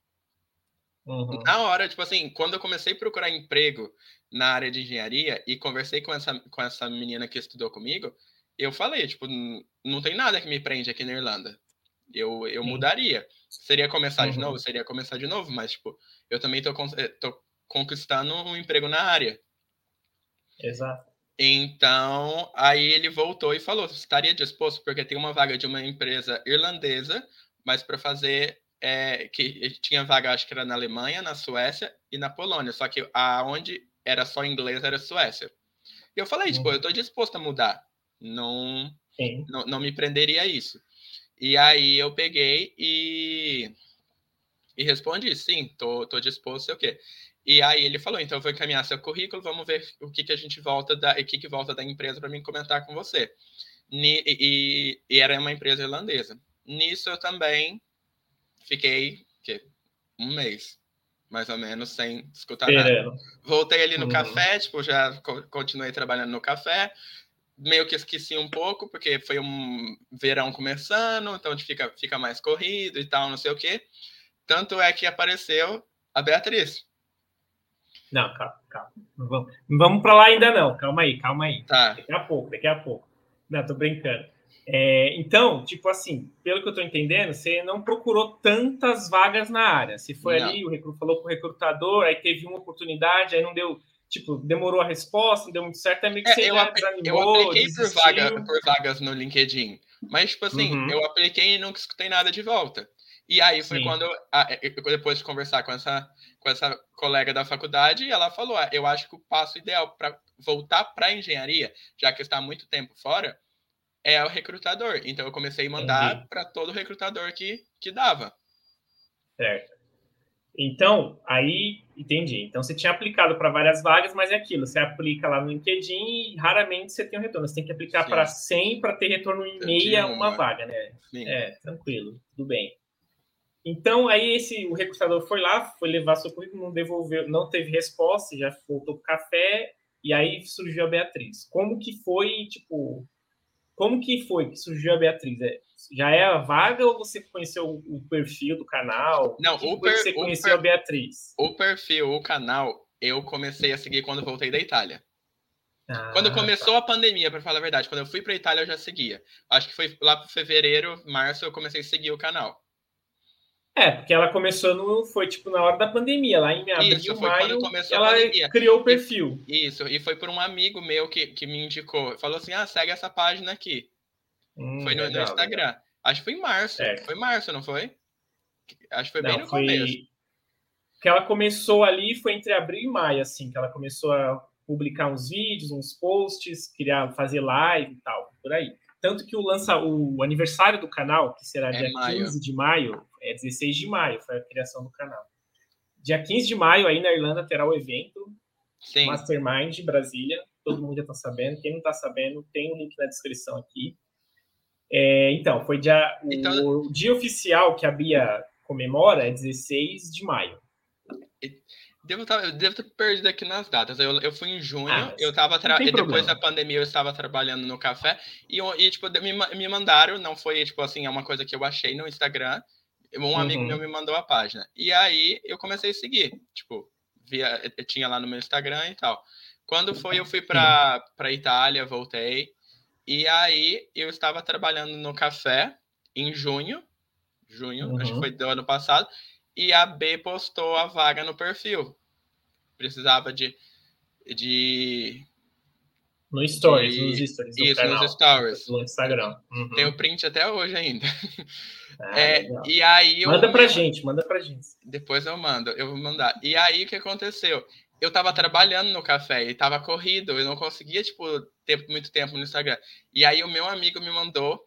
Na hora, tipo assim, quando eu comecei a procurar emprego na área de engenharia e conversei com essa menina que estudou comigo, eu falei, tipo, não tem nada que me prende aqui na Irlanda. Eu mudaria. Seria começar de novo? Seria começar de novo, mas, tipo, eu também tô conquistando um emprego na área. Exato. Então, aí ele voltou e falou, estaria disposto, porque tem uma vaga de uma empresa irlandesa, mas para fazer, que tinha vaga, acho que era na Alemanha, na Suécia e na Polônia, só que aonde era só inglês era Suécia. E eu falei, tipo, eu estou disposto a mudar, não me prenderia a isso. E aí eu peguei e respondi, sim, tô disposto, sei o quê. E aí ele falou, então eu vou encaminhar seu currículo, vamos ver o que a gente volta que volta da empresa para mim comentar com você. E era uma empresa irlandesa. Nisso eu também fiquei um mês, mais ou menos, sem escutar nada. Voltei ali no café, tipo, já continuei trabalhando no café, meio que esqueci um pouco, porque foi um verão começando, então a gente fica mais corrido e tal, não sei o quê. Tanto é que apareceu a Beatriz. Não, calma. Não vamos para lá ainda não. Calma aí. Tá. Daqui a pouco. Não, tô brincando. Então, tipo assim, pelo que eu tô entendendo, você não procurou tantas vagas na área. Você foi ali, falou com o recrutador, aí teve uma oportunidade, aí não deu, tipo, demorou a resposta, não deu muito certo, é meio que você já desanimou, eu apliquei desistiu. por vagas no LinkedIn, mas, tipo assim, eu apliquei e nunca escutei nada de volta. E aí foi quando, depois de conversar com essa colega da faculdade, ela falou, eu acho que o passo ideal para voltar para a engenharia, já que está há muito tempo fora, é o recrutador. Então eu comecei a mandar para todo recrutador que dava. Certo. Então, aí, entendi. Então, você tinha aplicado para várias vagas, mas é aquilo, você aplica lá no LinkedIn e raramente você tem um retorno. Você tem que aplicar para 100 para ter retorno em meia uma vaga, né? Sim. Tranquilo, tudo bem. Então, aí o recrutador foi lá, foi levar seu currículo, não devolveu, não teve resposta, já voltou pro café, e aí surgiu a Beatriz. Como que foi que surgiu a Beatriz? Já é a vaga ou você conheceu o perfil do canal? Não, que foi que você conheceu a Beatriz? O perfil, o canal, eu comecei a seguir quando voltei da Itália. Quando começou a pandemia, para falar a verdade, quando eu fui para a Itália eu já seguia. Acho que foi lá para fevereiro, março, eu comecei a seguir o canal. Porque ela começou foi tipo na hora da pandemia, lá em abril, maio, ela criou o perfil. Isso, e foi por um amigo meu que me indicou. Falou assim, segue essa página aqui. Foi no Instagram. Legal. Acho que foi em março. Foi em março, não foi? Acho que foi bem no começo. Que ela começou ali, foi entre abril e maio, assim, que ela começou a publicar uns vídeos, uns posts, fazer live e tal, por aí. Tanto que o aniversário do canal, que será dia 15 de maio, 16 de maio, foi a criação do canal. Dia 15 de maio, aí na Irlanda, terá o evento Mastermind de Brasília. Todo mundo já está sabendo. Quem não está sabendo, tem um link na descrição aqui. Então, foi o dia oficial que a Bia comemora é 16 de maio. Eu devo ter perdido aqui nas datas. Eu fui em junho, eu tava depois da pandemia eu estava trabalhando no café e tipo, me mandaram, não foi tipo assim, é uma coisa que eu achei no Instagram. Um amigo meu me mandou a página. E aí eu comecei a seguir, tipo, eu tinha lá no meu Instagram e tal. Quando eu fui para Itália, voltei. E aí eu estava trabalhando no café em junho, acho que foi do ano passado, e a B postou a vaga no perfil. Precisava de No Stories, nos Stories do Isso, canal. nos Stories. Do Instagram. Tem o print até hoje ainda. Legal. E aí manda pra gente. Depois eu vou mandar. E aí o que aconteceu? Eu tava trabalhando no café e tava corrido, eu não conseguia, tipo, ter muito tempo no Instagram. E aí o meu amigo me mandou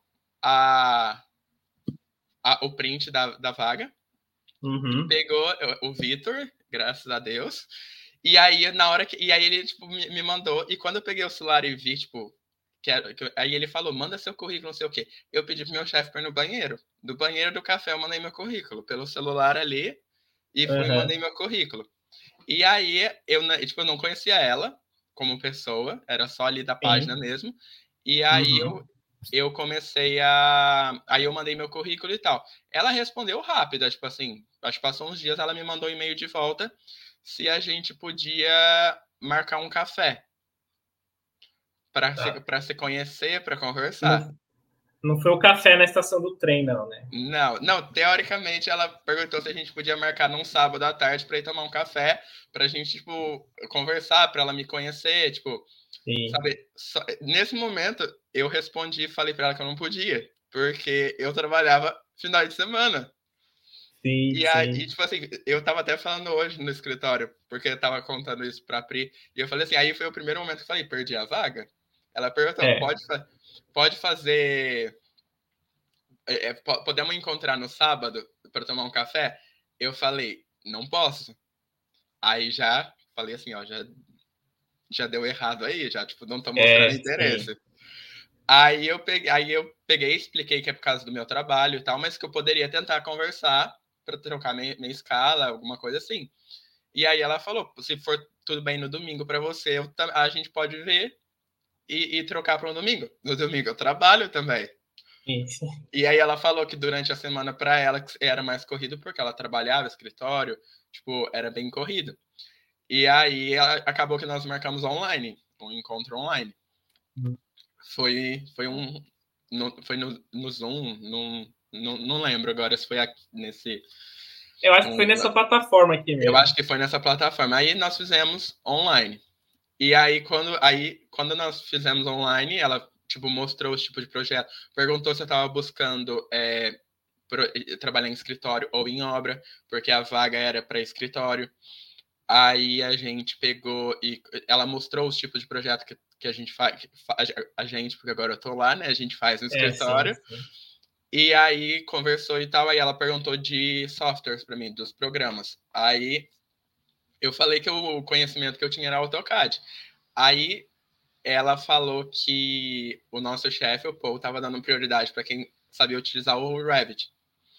o print da vaga. Pegou o Vitor, graças a Deus. E aí, e aí ele, tipo, me mandou. E quando eu peguei o celular e vi, tipo, aí ele falou, manda seu currículo, não sei o quê. Eu pedi pro meu chefe para ir no banheiro. Do banheiro do café eu mandei meu currículo. Pelo celular ali. E fui e mandei meu currículo. E aí, eu não conhecia ela como pessoa. Era só ali da página mesmo. E aí, eu comecei Aí eu mandei meu currículo e tal. Ela respondeu rápido, tipo assim, acho que passou uns dias, ela me mandou um e-mail de volta se a gente podia marcar um café para se conhecer, para conversar. Não foi o café na estação do trem, não, né? Não, teoricamente ela perguntou se a gente podia marcar num sábado à tarde para ir tomar um café, pra gente, tipo, conversar, para ela me conhecer, tipo, Sim. sabe? Nesse momento, eu respondi e falei para ela que eu não podia, porque eu trabalhava final de semana. Sim, E aí, tipo assim, eu tava até falando hoje no escritório, porque eu tava contando isso pra Pri, e eu falei assim, aí foi o primeiro momento que eu falei, perdi a vaga? Ela perguntou, pode fazer... podemos encontrar no sábado para tomar um café? Eu falei, não posso. Aí já falei assim, ó, já deu errado aí, já, tipo, não tô mostrando interesse. Sim. Aí eu peguei, expliquei que é por causa do meu trabalho e tal, mas que eu poderia tentar conversar para trocar minha escala, alguma coisa assim. E aí ela falou, se for tudo bem no domingo para você, a gente pode ver e trocar para um domingo. No domingo eu trabalho também. Isso. E aí ela falou que durante a semana para ela era mais corrido porque ela trabalhava escritório, tipo, era bem corrido. E aí acabou que nós marcamos online, um encontro online. Foi no Zoom, não lembro agora se foi aqui nesse. Eu acho que foi nessa plataforma aqui mesmo. Eu acho que foi nessa plataforma. Aí nós fizemos online. E aí quando nós fizemos online, ela tipo mostrou os tipos de projeto, perguntou se eu estava buscando trabalhar em escritório ou em obra, porque a vaga era para escritório. Aí a gente pegou e ela mostrou os tipos de projeto que a gente faz, a gente, porque agora eu tô lá, né? A gente faz no escritório. Sim. E aí conversou e tal, aí ela perguntou de softwares para mim, dos programas. Aí eu falei que o conhecimento que eu tinha era AutoCAD. Aí ela falou que o nosso chefe, o Paul, estava dando prioridade para quem sabia utilizar o Revit.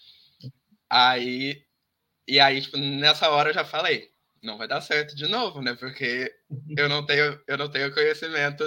E aí, tipo, nessa hora eu já falei, não vai dar certo de novo, né? Porque eu não tenho conhecimento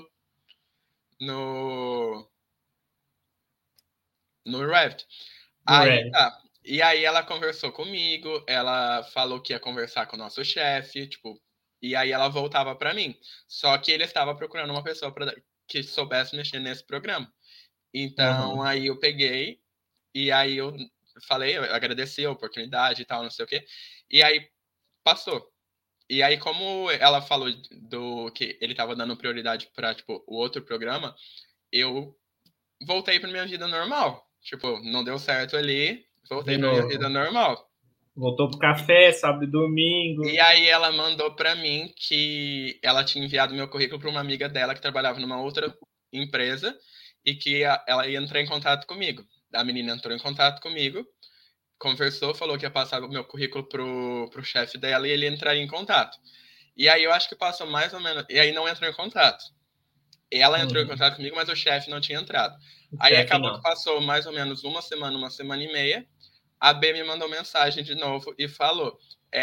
no Revit. Aí tá. E aí ela conversou comigo, ela falou que ia conversar com o nosso chefe, tipo, e aí ela voltava para mim. Só que ele estava procurando uma pessoa que soubesse mexer nesse programa. Então aí eu peguei e aí eu falei, eu agradeci a oportunidade e tal, não sei o quê. E aí passou. E aí, como ela falou que ele estava dando prioridade para tipo, o outro programa, eu voltei para minha vida normal. Tipo, não deu certo ali, voltei para minha vida normal. Voltou pro café, sábado e domingo. E aí ela mandou para mim que ela tinha enviado meu currículo para uma amiga dela que trabalhava numa outra empresa e que ela ia entrar em contato comigo. A menina entrou em contato comigo, conversou, falou que ia passar o meu currículo pro chefe dela e ele entraria em contato. E aí eu acho que passou mais ou menos. E aí não entrou em contato. Ela entrou em contato comigo, mas o chefe não tinha entrado. Aí acabou que passou mais ou menos uma semana e meia. A B me mandou mensagem de novo e falou: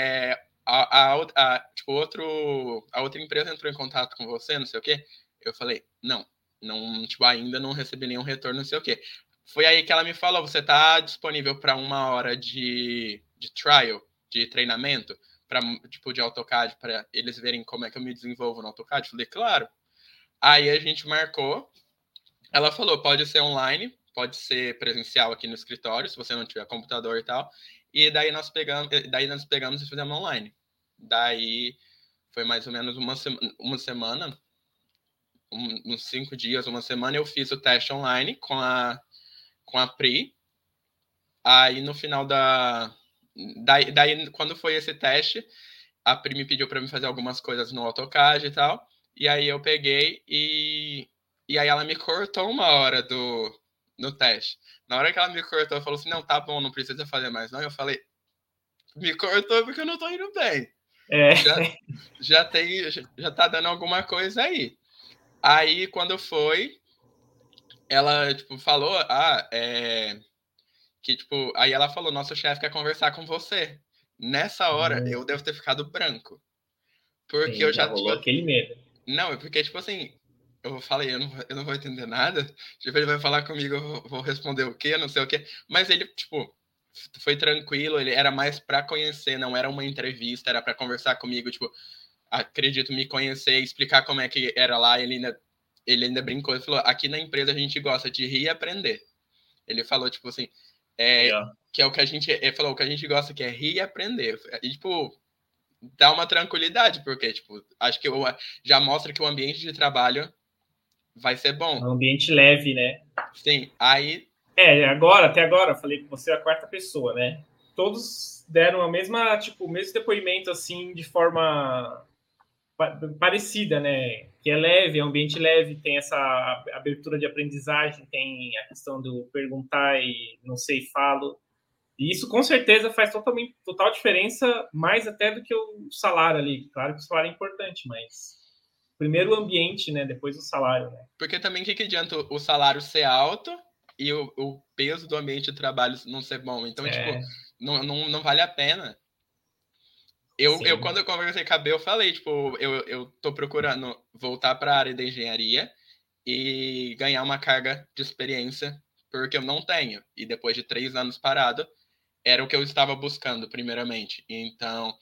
tipo, a outra empresa entrou em contato com você, não sei o quê. Eu falei: não, tipo, ainda não recebi nenhum retorno, não sei o quê. Foi aí que ela me falou: você está disponível para 1 hora de trial, de treinamento, tipo, de AutoCAD, para eles verem como é que eu me desenvolvo no AutoCAD? Eu falei: claro. Aí a gente marcou. Ela falou: pode ser online, pode ser presencial aqui no escritório, se você não tiver computador e tal. E daí nós pegamos e fizemos online. Daí foi mais ou menos uma semana. uns 5 dias, uma semana, eu fiz o teste online com a Pri. Aí, no final daí, quando foi esse teste, a Pri me pediu para me fazer algumas coisas no AutoCAD e tal. E aí eu peguei e aí ela me cortou uma hora no teste. Na hora que ela me cortou, ela falou assim, não, tá bom, não precisa fazer mais não. Eu falei, me cortou porque eu não tô indo bem. É. Já tá dando alguma coisa aí. Aí, quando foi, ela, tipo, falou, que, tipo, aí ela falou, nosso chefe quer conversar com você. Nessa hora, eu devo ter ficado branco. Porque Sim, eu já já, rolou tipo, aquele medo. não, é porque, tipo assim, eu falei, eu não vou entender nada. Tipo, ele vai falar comigo, eu vou responder o quê, não sei o quê. Mas ele, tipo, foi tranquilo, ele era mais pra conhecer, não era uma entrevista, era pra conversar comigo, tipo, acredito, me conhecer, explicar como é que era lá. Ele ainda brincou, ele falou, aqui na empresa a gente gosta de rir e aprender. Ele falou, tipo assim, que é o que a gente, ele falou, o que a gente gosta que é rir e aprender. E, tipo, dá uma tranquilidade, porque, tipo, acho que já mostra que o ambiente de trabalho vai ser bom. Um ambiente leve, né? Sim, aí... Até agora, eu falei que você é a quarta pessoa, né? Todos deram o mesmo depoimento, assim, de forma parecida, né? Que é leve, é um ambiente leve, tem essa abertura de aprendizagem, tem a questão do perguntar e não sei, falo. E isso com certeza faz total diferença, mais até do que o salário ali. Claro que o salário é importante, mas primeiro o ambiente, né? Depois o salário, né? Porque também o que adianta o salário ser alto e o peso do ambiente de trabalho não ser bom? Então, tipo, não vale a pena. Quando eu conversei com a B, eu falei, tipo, eu tô procurando voltar para a área da engenharia e ganhar uma carga de experiência, porque eu não tenho. E depois de 3 anos parado, era o que eu estava buscando, primeiramente. Então,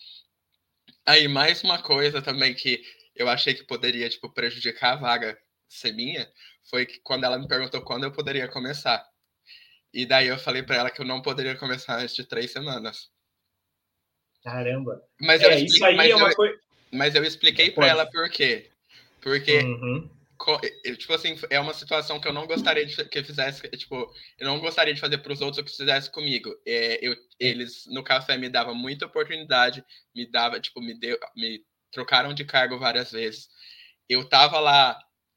aí mais uma coisa também que eu achei que poderia, tipo, prejudicar a vaga ser minha, foi que quando ela me perguntou quando eu poderia começar. E daí eu falei para ela que eu não poderia começar antes de 3 semanas. Caramba. Mas eu Isso expliquei, aí é uma coisa... mas eu expliquei para ela por quê. Porque tipo assim, é uma situação que eu não gostaria de que fizesse, tipo, eu não gostaria de fazer para os outros o que fizesse comigo. Eles no café me davam muita oportunidade, tipo, me trocaram de cargo várias vezes. Eu tava lá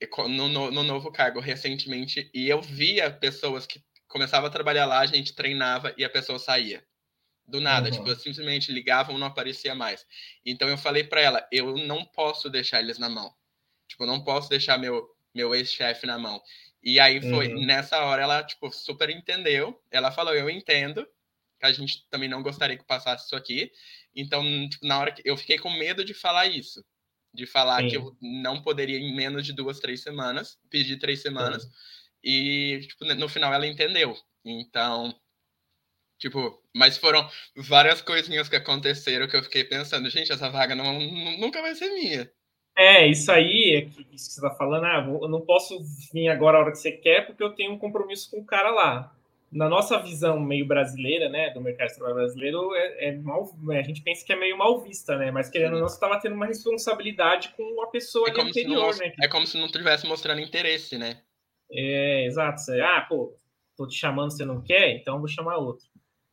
no novo cargo recentemente e eu via pessoas que começavam a trabalhar lá, a gente treinava e a pessoa saía. Do nada, tipo, eu simplesmente ligavam e não aparecia mais. Então eu falei para ela, eu não posso deixar eles na mão. Tipo, não posso deixar meu ex-chefe na mão. E aí foi, nessa hora ela, tipo, super entendeu. Ela falou, eu entendo, que a gente também não gostaria que passasse isso aqui. Então, tipo, na hora que eu fiquei com medo de falar isso. De falar que eu não poderia em menos de 2, 3 semanas, pedir 3 semanas. E, tipo, no final ela entendeu. Então, tipo, mas foram várias coisinhas que aconteceram que eu fiquei pensando, gente, essa vaga nunca vai ser minha. Isso aí, isso que você está falando, eu não posso vir agora a hora que você quer porque eu tenho um compromisso com o cara lá. Na nossa visão meio brasileira, né, do mercado de trabalho brasileiro, a gente pensa que é meio mal vista, né, mas querendo ou não, você estava tendo uma responsabilidade com a pessoa ali anterior, né. É como se não estivesse mostrando interesse, né? Exato. Tô te chamando, você não quer? Então eu vou chamar outro.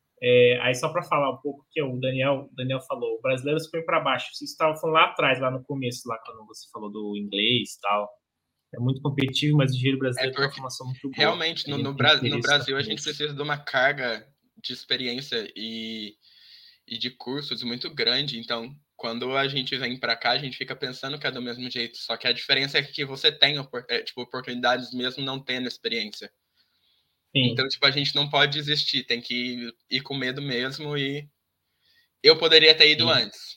Aí só para falar um pouco que o Daniel falou, o brasileiro se põe para baixo. Você estava falando lá atrás, lá no começo, lá quando você falou do inglês e tal. É muito competitivo, mas o engenheiro brasileiro tem uma formação muito boa. Realmente, no Brasil, a gente precisa de uma carga de experiência e de cursos muito grande. Então, quando a gente vem para cá, a gente fica pensando que é do mesmo jeito. Só que a diferença é que você tem tipo, oportunidades mesmo não tendo experiência. Sim. Então, tipo, a gente não pode desistir, tem que ir com medo mesmo e eu poderia ter ido antes.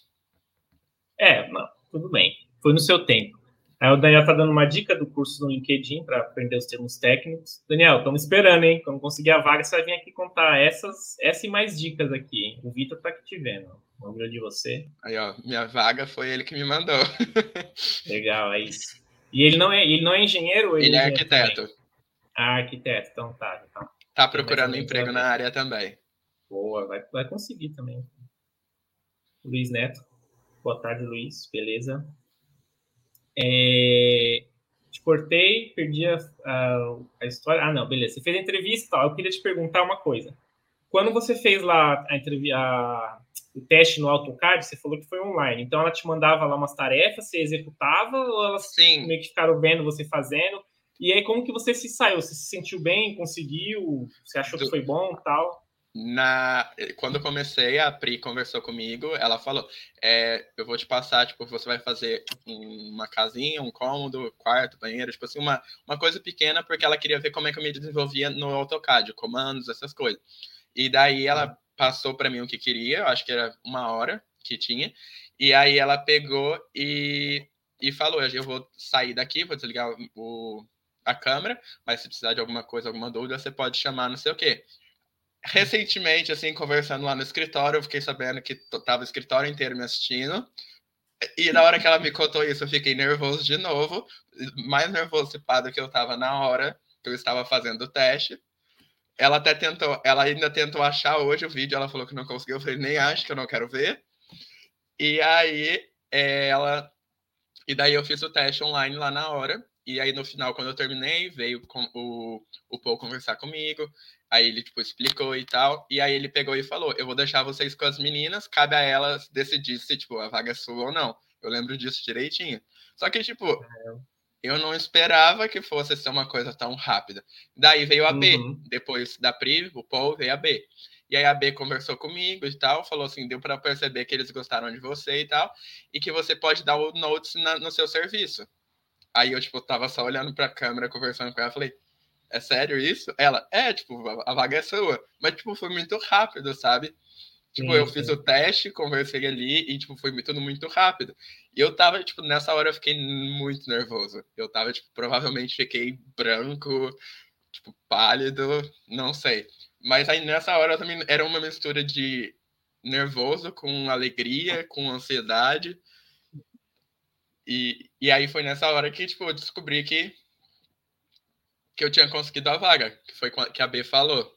Não, tudo bem. Foi no seu tempo. Aí o Daniel tá dando uma dica do curso no LinkedIn para aprender os termos técnicos. Daniel, estamos esperando, hein? Quando conseguir a vaga, você vai vir aqui contar essa e mais dicas aqui, hein? O Vitor tá aqui te vendo. Orgulho de você. Aí, ó, minha vaga foi ele que me mandou. Legal, é isso. E ele não é engenheiro ou ele é arquiteto. Também? Arquiteto, então tá. Tá procurando emprego na área também. Boa, vai conseguir também. Luiz Neto. Boa tarde, Luiz. Beleza? te cortei, perdi a história. Ah, não, beleza. Você fez a entrevista, eu queria te perguntar uma coisa. Quando você fez lá o teste no AutoCAD, você falou que foi online. Então ela te mandava lá umas tarefas, você executava, ou elas Sim. meio que ficaram vendo você fazendo? E aí, como que você se saiu? Você se sentiu bem? Conseguiu? Você achou que foi bom e tal? Quando eu comecei, a Pri conversou comigo, ela falou, eu vou te passar, tipo, você vai fazer uma casinha, um cômodo, quarto, banheiro, tipo assim, uma coisa pequena, porque ela queria ver como é que eu me desenvolvia no AutoCAD, comandos, essas coisas. E daí ela passou para mim o que queria, eu acho que era 1 hora que tinha, e aí ela pegou e falou, eu vou sair daqui, vou desligar a câmera, mas se precisar de alguma coisa, alguma dúvida, você pode chamar não sei o quê. Recentemente, assim, conversando lá no escritório, eu fiquei sabendo que tava o escritório inteiro me assistindo. E na hora que ela me contou isso, eu fiquei nervoso de novo. Mais nervoso do que eu tava na hora que eu estava fazendo o teste. Ela ainda tentou achar hoje o vídeo, ela falou que não conseguiu. Eu falei, nem acho que eu não quero ver. E aí, E daí eu fiz o teste online lá na hora. E aí no final, quando eu terminei, veio o Paul conversar comigo. Aí ele, tipo, explicou e tal. E aí ele pegou e falou, eu vou deixar vocês com as meninas, cabe a elas decidir se, tipo, a vaga é sua ou não. Eu lembro disso direitinho. Só que, tipo, eu não esperava que fosse ser uma coisa tão rápida. Daí veio a B. Depois da Pri, o Paul, veio a B. E aí a B conversou comigo e tal, falou assim, deu para perceber que eles gostaram de você e tal, e que você pode dar o notes no seu serviço. Aí eu, tipo, tava só olhando pra câmera, conversando com ela, falei, é sério isso? Ela, tipo, a vaga é sua. Mas, tipo, foi muito rápido, sabe? Tipo, eu fiz o teste, conversei ali e, tipo, foi tudo muito rápido. E eu tava, tipo, nessa hora eu fiquei muito nervoso. Eu tava, tipo, provavelmente fiquei branco, tipo, pálido, não sei. Mas aí nessa hora também era uma mistura de nervoso com alegria, com ansiedade. E aí foi nessa hora que, tipo, eu descobri que eu tinha conseguido a vaga, que foi que a B falou.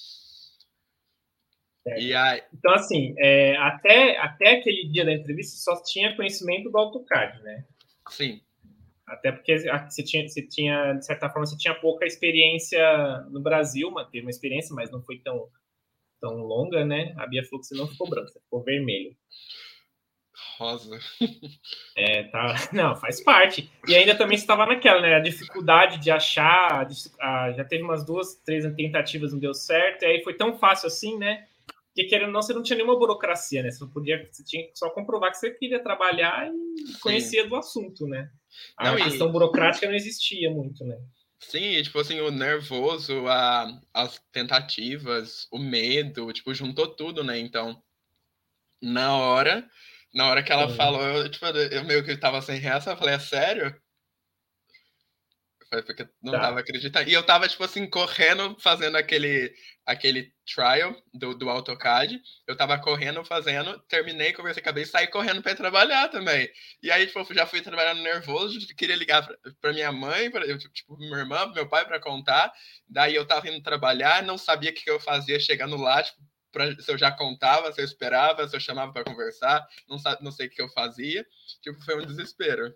E aí... Então, assim, até aquele dia da entrevista, só tinha conhecimento do AutoCAD, né? Sim. Até porque você tinha, de certa forma, você tinha pouca experiência no Brasil, teve uma experiência, mas não foi tão longa, né? A Bia falou que você não ficou branco, você ficou vermelho. Rosa. Tá. Não, faz parte. E ainda também estava naquela, né? A dificuldade de achar. Já teve umas 2, 3 tentativas, não deu certo. E aí foi tão fácil assim, né? Que querendo ou não, você não tinha nenhuma burocracia, né? Você tinha que só comprovar que você queria trabalhar e conhecia do assunto, né? A questão burocrática não existia muito, né? Sim, tipo assim, o nervoso, as tentativas, o medo, tipo, juntou tudo, né? Então, na hora que ela falou, eu meio que tava sem reação, eu falei, é sério? Foi porque não tava acreditando. E eu tava, tipo assim, correndo, fazendo aquele trial do AutoCAD. Eu tava correndo, fazendo, terminei, conversei com a cabeça e saí correndo pra ir trabalhar também. E aí, tipo, eu já fui trabalhando nervoso, queria ligar pra minha mãe, tipo, minha irmã, pro meu pai pra contar. Daí eu tava indo trabalhar, não sabia o que eu fazia chegando lá, tipo, se eu já contava, se eu esperava, se eu chamava pra conversar, não sei o que eu fazia. Tipo, foi um desespero.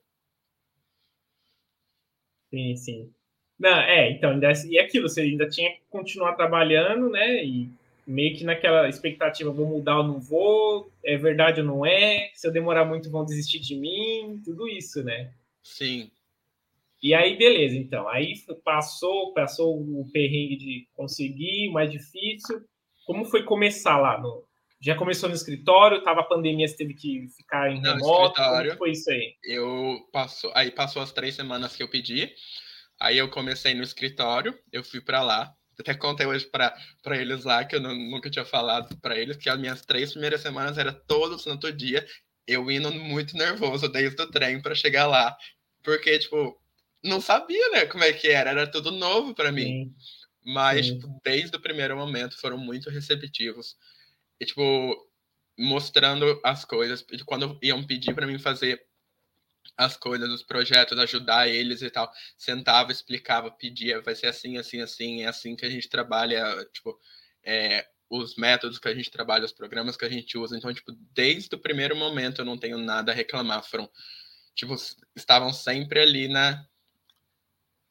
Sim, sim. Não, então, e aquilo, você ainda tinha que continuar trabalhando, né? E meio que naquela expectativa, vou mudar ou não vou, é verdade ou não é, se eu demorar muito vão desistir de mim, tudo isso, né? Sim. E aí, beleza, então. Aí passou o perrengue de conseguir, o mais difícil. Como foi começar lá? Já começou no escritório, tava a pandemia, você teve que ficar em Não, remoto, como escritório. foi isso aí? Aí passou as 3 semanas que eu pedi. Aí eu comecei no escritório, eu fui para lá. Até contei hoje para eles lá que eu nunca tinha falado para eles que as minhas 3 primeiras semanas era todo santo dia eu indo muito nervoso desde o trem para chegar lá, porque tipo não sabia, né, como é que era tudo novo para mim. Sim, Mas sim. tipo, desde o primeiro momento foram muito receptivos e tipo mostrando as coisas. Quando iam pedir para mim fazer as coisas, os projetos, ajudar eles e tal, sentava, explicava, pedia, vai ser assim, assim, assim, é assim que a gente trabalha, tipo, os métodos que a gente trabalha, os programas que a gente usa. Então, tipo, desde o primeiro momento eu não tenho nada a reclamar. Foram, tipo, estavam sempre ali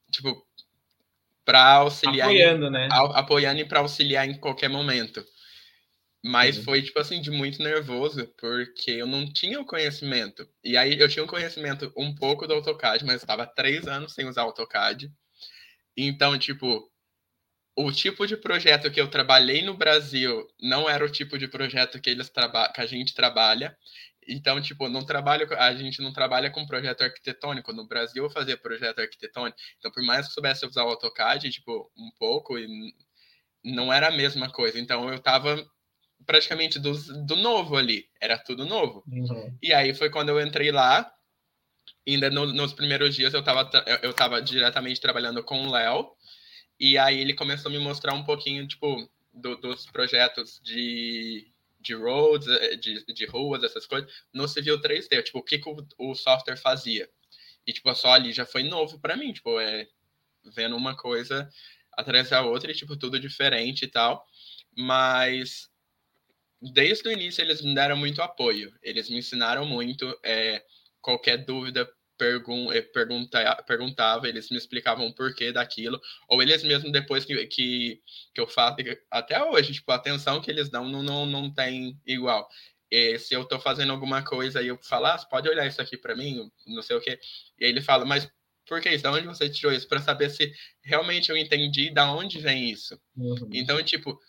tipo, para auxiliar Apoiando, né? Apoiando e para auxiliar em qualquer momento. Mas Sim. foi, tipo assim, de muito nervoso, porque eu não tinha o conhecimento. E aí eu tinha um conhecimento um pouco do AutoCAD, mas eu estava 3 anos sem usar AutoCAD. Então, tipo, o tipo de projeto que eu trabalhei no Brasil não era o tipo de projeto que que a gente trabalha. Então, tipo, a gente não trabalha com projeto arquitetônico. No Brasil, eu fazia projeto arquitetônico. Então, por mais que eu soubesse usar o AutoCAD, tipo, um pouco, e não era a mesma coisa. Então, eu tava praticamente do novo ali. Era tudo novo. Uhum. E aí foi quando eu entrei lá. Ainda nos primeiros dias eu tava diretamente trabalhando com o Léo. E aí ele começou a me mostrar um pouquinho, tipo, dos projetos de roads, de ruas, essas coisas, no Civil 3D, tipo, o que o software fazia. E, tipo, só ali já foi novo para mim, tipo, vendo uma coisa atrás da outra e, tipo, tudo diferente e tal. Mas desde o início eles me deram muito apoio. Eles me ensinaram muito. Qualquer dúvida perguntava, eles me explicavam o porquê daquilo, ou eles mesmo depois que eu faço, até hoje, tipo, a atenção que eles dão não tem igual. E se eu tô fazendo alguma coisa e eu falar, você pode olhar isso aqui para mim, não sei o quê, e aí ele fala, mas por que isso? Da onde você tirou isso? Para saber se realmente eu entendi da onde vem isso. Uhum. Então, tipo,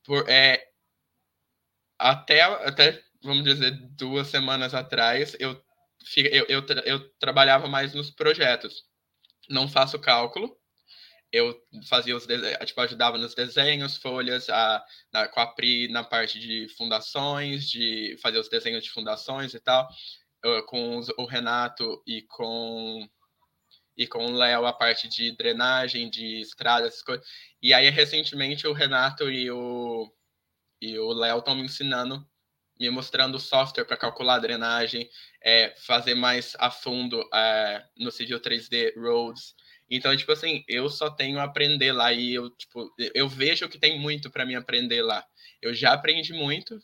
até, vamos dizer, 2 semanas atrás, eu trabalhava mais nos projetos. Não faço cálculo. Eu fazia os desenhos, tipo, ajudava nos desenhos, folhas, com a Pri na parte de fundações, de fazer os desenhos de fundações e tal. Com o Renato e com o Léo a parte de drenagem, de estradas, essas coisas. E aí, recentemente, o Renato e o Léo estão me ensinando, me mostrando o software para calcular a drenagem, fazer mais a fundo no Civil 3D Roads. Então, tipo assim, eu só tenho a aprender lá e eu vejo que tem muito para mim aprender lá. Eu já aprendi muito.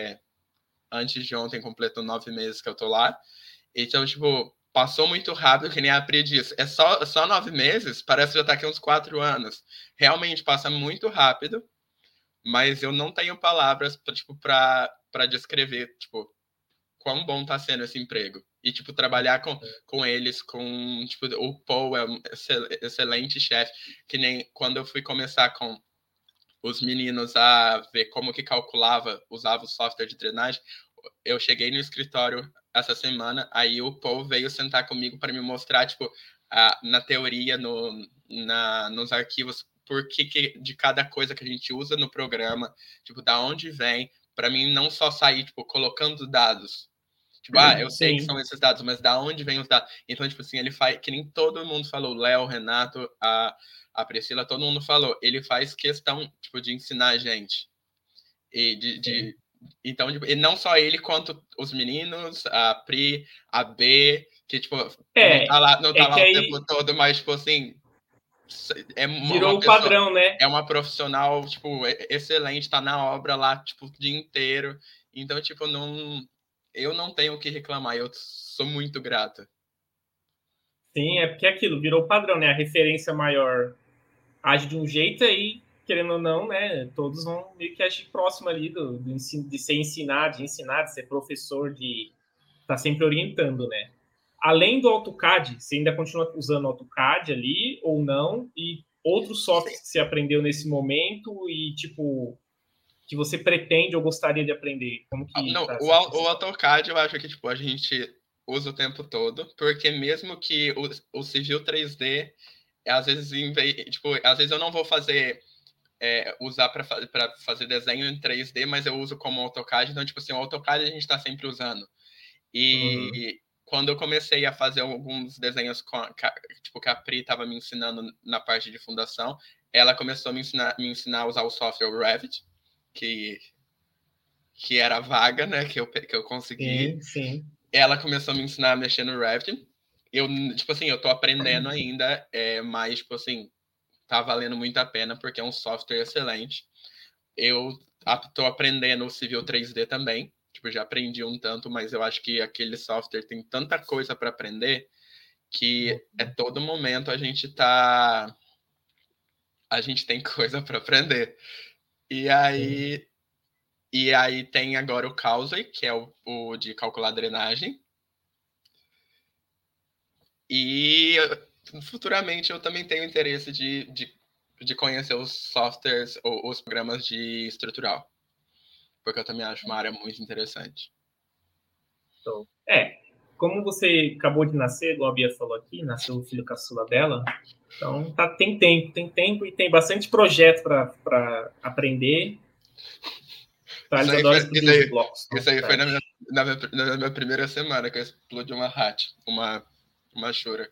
Antes de ontem completou 9 meses que eu tô lá. Então, tipo, passou muito rápido, que nem aprendi isso. É só 9 meses? Parece que já tá aqui uns 4 anos. Realmente passa muito rápido, mas eu não tenho palavras para descrever, tipo, quão bom tá sendo esse emprego. E, tipo, trabalhar com eles, tipo, o Paul é um excelente chefe, que nem quando eu fui começar com os meninos a ver como que usava o software de drenagem, eu cheguei no escritório essa semana, aí o Paul veio sentar comigo para me mostrar, tipo, na teoria, nos arquivos, por que de cada coisa que a gente usa no programa, tipo, da onde vem, para mim não só sair, tipo, colocando dados. Tipo, eu sei que Sim. são esses dados, mas da onde vem os dados? Então, tipo assim, ele faz, que nem todo mundo falou, o Léo, o Renato, a Priscila, todo mundo falou, ele faz questão, tipo, de ensinar a gente. E então, tipo, e não só ele, quanto os meninos, a Pri, a B, que, tipo, não É, tá lá, não é tá que lá o tempo aí todo, mas, tipo assim, é virou uma o pessoa, padrão, né? é uma profissional, tipo, excelente, tá na obra lá, tipo, o dia inteiro. Então, tipo, eu não tenho o que reclamar, eu sou muito grato. Sim, é porque é aquilo, virou o padrão, né? A referência maior age de um jeito aí, querendo ou não, né? Todos vão meio que agir próximo ali do ensino, de ser ensinar, de ser professor, de estar sempre orientando, né? Além do AutoCAD, você ainda continua usando o AutoCAD ali ou não? E outros Sim. softwares que você aprendeu nesse momento e, tipo, que você pretende ou gostaria de aprender? Como que Não, tá essa o questão? AutoCAD eu acho que, tipo, a gente usa o tempo todo, porque mesmo que o Civil 3D, às vezes, tipo, às vezes eu não vou usar para fazer desenho em 3D, mas eu uso como AutoCAD, então, tipo assim, o AutoCAD a gente está sempre usando. Uhum. E quando eu comecei a fazer alguns desenhos tipo, que a Pri estava me ensinando na parte de fundação, ela começou a me ensinar a usar o software Revit, que, que era vaga, né, que eu consegui. Sim, sim. Ela começou a me ensinar a mexer no Revit. Eu, tipo assim, eu tô aprendendo ainda, mas, tipo assim, tá valendo muito a pena, porque é um software excelente. Eu tô aprendendo o Civil 3D também. Tipo, já aprendi um tanto, mas eu acho que aquele software tem tanta coisa para aprender que é todo momento a gente tem coisa para aprender. E aí tem agora o Causeway, que é o de calcular drenagem. E futuramente eu também tenho interesse de conhecer os softwares ou os programas de estrutural, porque eu também acho uma área muito interessante. Então, como você acabou de nascer, igual a Bia falou aqui, nasceu o filho caçula dela, então tem tempo e tem bastante projeto para aprender. Tá, eles adoram explodir os blocos. Isso aí foi na minha primeira semana que eu explodi uma hat, uma chora.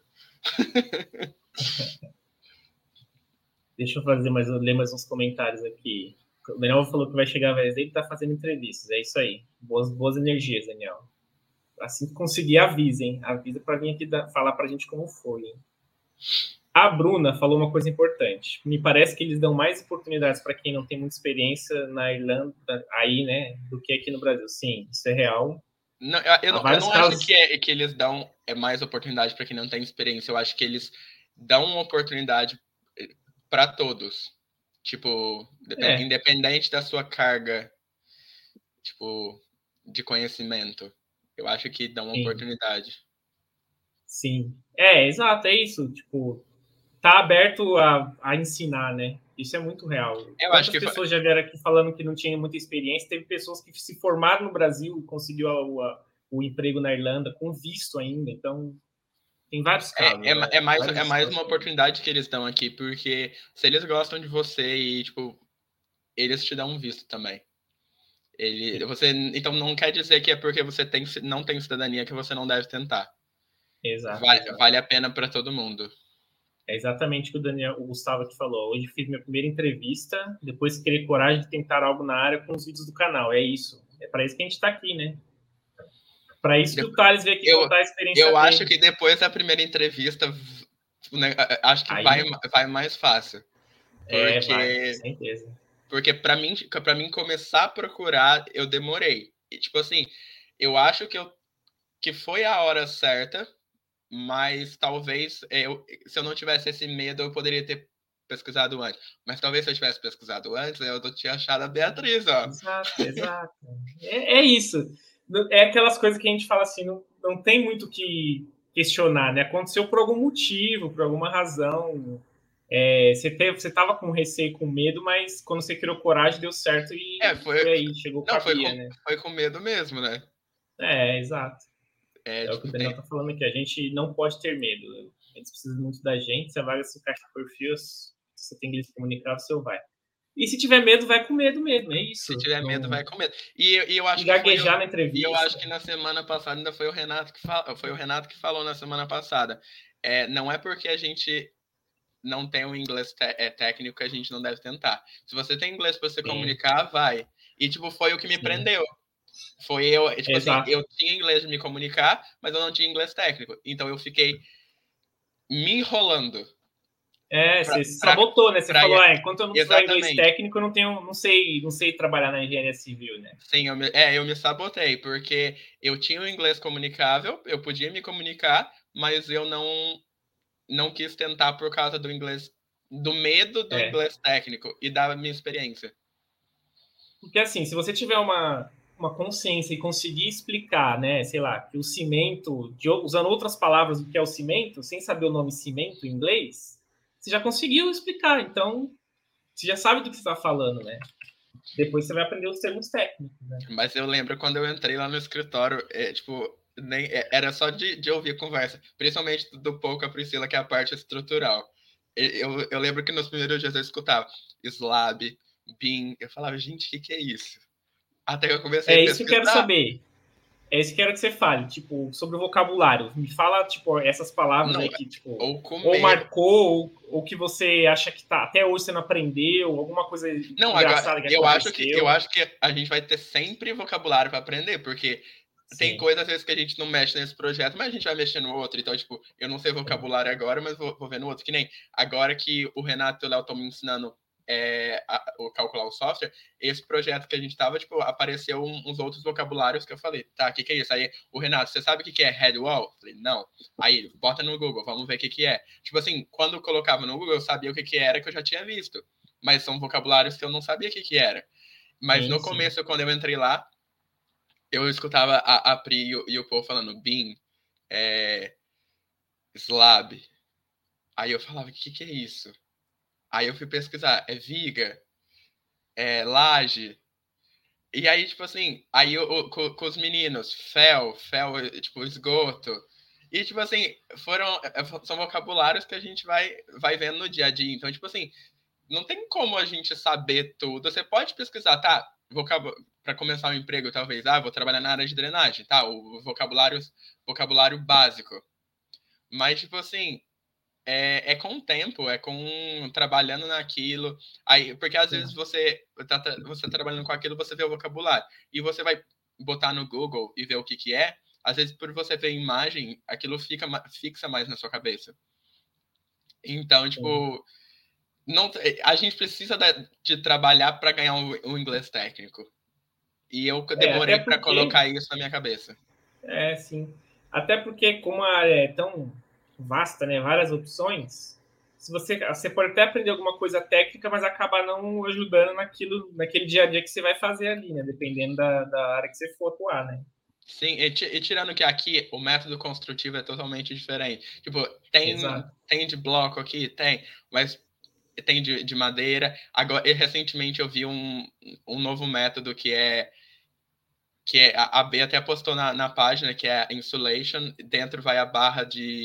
Deixa eu ler mais uns comentários aqui. O Daniel falou que vai chegar a vez dele e tá fazendo entrevistas. É isso aí. Boas energias, Daniel. Assim que conseguir, avisem. Avisa para vir aqui falar pra gente como foi. Hein? A Bruna falou uma coisa importante. Me parece que eles dão mais oportunidades para quem não tem muita experiência na Irlanda, aí, né, do que aqui no Brasil. Sim, isso é real. Não, eu não acho que eles dão mais oportunidade para quem não tem experiência. Eu acho que eles dão uma oportunidade para todos. Tipo, independente da sua carga, tipo, de conhecimento. Eu acho que dão uma oportunidade. Sim. Exato, é isso. Tipo, tá aberto a ensinar, né? Isso é muito real. Quantas pessoas já vieram aqui falando que não tinha muita experiência? Teve pessoas que se formaram no Brasil e conseguiu o emprego na Irlanda com visto ainda. Então, tem vários casos. É mais uma oportunidade que eles dão aqui, porque se eles gostam de você e, tipo, eles te dão um visto também. Então não quer dizer que é porque você não tem cidadania que você não deve tentar. Exato. Vale a pena para todo mundo. É exatamente o que o Gustavo aqui falou. Hoje fiz minha primeira entrevista, depois criei coragem de tentar algo na área com os vídeos do canal. É isso. É para isso que a gente está aqui, né? Para isso que o Thales veio aqui contar a experiência dele. Eu acho que depois da primeira entrevista, acho que vai mais fácil. Porque, vai, com certeza. Porque para mim começar a procurar, eu demorei. E, tipo assim, eu acho que foi a hora certa, mas talvez se eu não tivesse esse medo, eu poderia ter pesquisado antes. Mas talvez se eu tivesse pesquisado antes, eu não tinha achado a Beatriz, ó. Exato. É isso. É aquelas coisas que a gente fala assim, não tem muito o que questionar, né? Aconteceu por algum motivo, por alguma razão. Você tava com receio, com medo, mas quando você criou coragem, deu certo e foi aí, chegou com a Bia, né? Foi com medo mesmo, né? Exato. É o que o Daniel tá falando aqui. A gente não pode ter medo. Eles precisam muito da gente. Se a vaga se encaixa por fios, se você tem que se comunicar, você vai. E se tiver medo, vai com medo mesmo. É isso. Se tiver medo, vai com medo. E eu acho gaguejar na entrevista. E eu acho que na semana passada ainda foi o Renato que falou na semana passada. Não é porque a gente não tem um inglês técnico que a gente não deve tentar. Se você tem inglês para você comunicar, vai. E, tipo, foi o que me prendeu. Foi tipo assim, eu tinha inglês de me comunicar, mas eu não tinha inglês técnico. Então eu fiquei me enrolando. Você se sabotou, né? Você falou, enquanto eu não tiver inglês técnico, eu não sei trabalhar na engenharia civil, né? Sim, eu me sabotei, porque eu tinha o inglês comunicável, eu podia me comunicar, mas eu não quis tentar por causa do inglês, do medo do inglês técnico e da minha experiência. Porque assim, se você tiver uma consciência e conseguir explicar, né, sei lá, que o cimento, usando outras palavras do que é o cimento, sem saber o nome cimento em inglês, você já conseguiu explicar. Então, você já sabe do que você está falando, né? Depois você vai aprender os termos técnicos, né? Mas eu lembro quando eu entrei lá no escritório, era só de ouvir a conversa, principalmente do pouco a Priscila, que é a parte estrutural. Eu lembro que nos primeiros dias eu escutava slab, BIM, eu falava, gente, o que é isso? Até que eu comecei a pesquisar. É isso que eu quero saber. É isso que eu quero que você fale, tipo, sobre o vocabulário. Me fala, tipo, essas palavras aí que, tipo, ou marcou, ou que você acha que até hoje você não aprendeu, alguma coisa engraçada que aconteceu. Eu acho que a gente vai ter sempre vocabulário para aprender, porque tem coisas, às vezes, que a gente não mexe nesse projeto, mas a gente vai mexer no outro. Então, tipo, eu não sei vocabulário agora, mas vou ver no outro. Que nem agora que o Renato e o Léo estão me ensinando o calcular o software, esse projeto que a gente estava, tipo, apareceu uns outros vocabulários que eu falei, tá, o que é isso? Aí o Renato, você sabe o que é head wall? Eu falei, não. Aí ele, bota no Google, vamos ver o que é. Tipo assim, quando eu colocava no Google, eu sabia o que era, que eu já tinha visto. Mas são vocabulários que eu não sabia o que era. Mas no começo, quando eu entrei lá, eu escutava a Pri e o povo falando Beam, slab. Aí eu falava, o que é isso? Aí eu fui pesquisar, é viga, é laje. E aí, tipo assim, aí com os meninos, fel, tipo, esgoto. E, tipo assim, são vocabulários que a gente vai vendo no dia a dia. Então, tipo assim, não tem como a gente saber tudo. Você pode pesquisar, tá? Para começar um emprego, talvez. Vou trabalhar na área de drenagem, tá? O vocabulário básico. Mas, tipo assim, é com o tempo, é com trabalhando naquilo. Aí, porque às vezes você trabalhando com aquilo, você vê o vocabulário. E você vai botar no Google e ver o que é. Às vezes, por você ver imagem, aquilo fixa mais na sua cabeça. Então, tipo, não, a gente precisa de trabalhar para ganhar um inglês técnico. E eu demorei para colocar isso na minha cabeça. Sim. Até porque, como a área é tão vasta, né, várias opções, você pode até aprender alguma coisa técnica, mas acaba não ajudando naquele dia a dia que você vai fazer ali, né, dependendo da área que você for atuar, né. Sim, e tirando que aqui o método construtivo é totalmente diferente. Tipo, tem de bloco aqui? Tem, mas tem de madeira. Agora, recentemente eu vi um novo método que a B até postou na página, que é insulation. Dentro vai a barra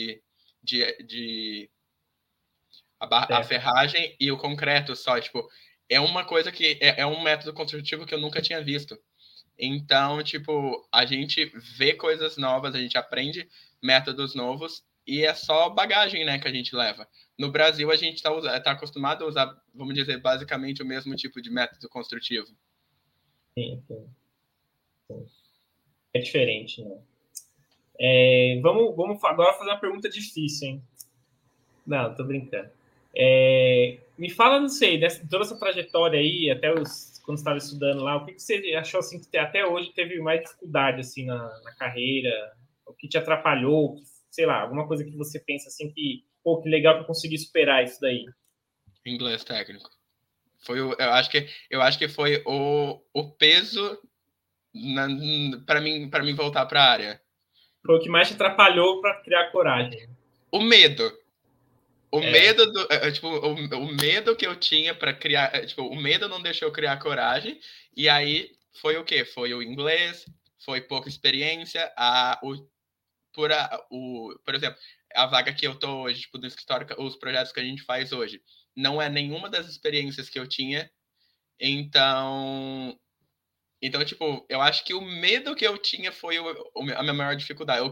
a ferragem e o concreto só. Tipo, é uma coisa que é um método construtivo que eu nunca tinha visto. Então, tipo, a gente vê coisas novas, a gente aprende métodos novos e é só bagagem, né, que a gente leva. No Brasil, a gente tá acostumado a usar, vamos dizer, basicamente o mesmo tipo de método construtivo. Sim. É diferente, né? Vamos agora fazer uma pergunta difícil, hein? Não, tô brincando. Me fala, não sei, toda essa trajetória aí, quando você estava estudando lá, o que você achou assim que até hoje teve mais dificuldade assim na carreira? O que te atrapalhou? Sei lá, alguma coisa que você pensa assim que, pô, que legal que eu consegui superar isso daí. Inglês técnico. Eu acho que foi o peso para mim voltar para a área. Foi o que mais te atrapalhou para criar coragem. O medo. O medo tipo, o medo que eu tinha para criar, tipo, o medo não deixou eu criar coragem. E aí foi o quê? Foi o inglês, foi pouca experiência, por exemplo, a vaga que eu tô hoje, tipo, no escritório, os projetos que a gente faz hoje, não é nenhuma das experiências que eu tinha. Então, tipo, eu acho que o medo que eu tinha foi a minha maior dificuldade,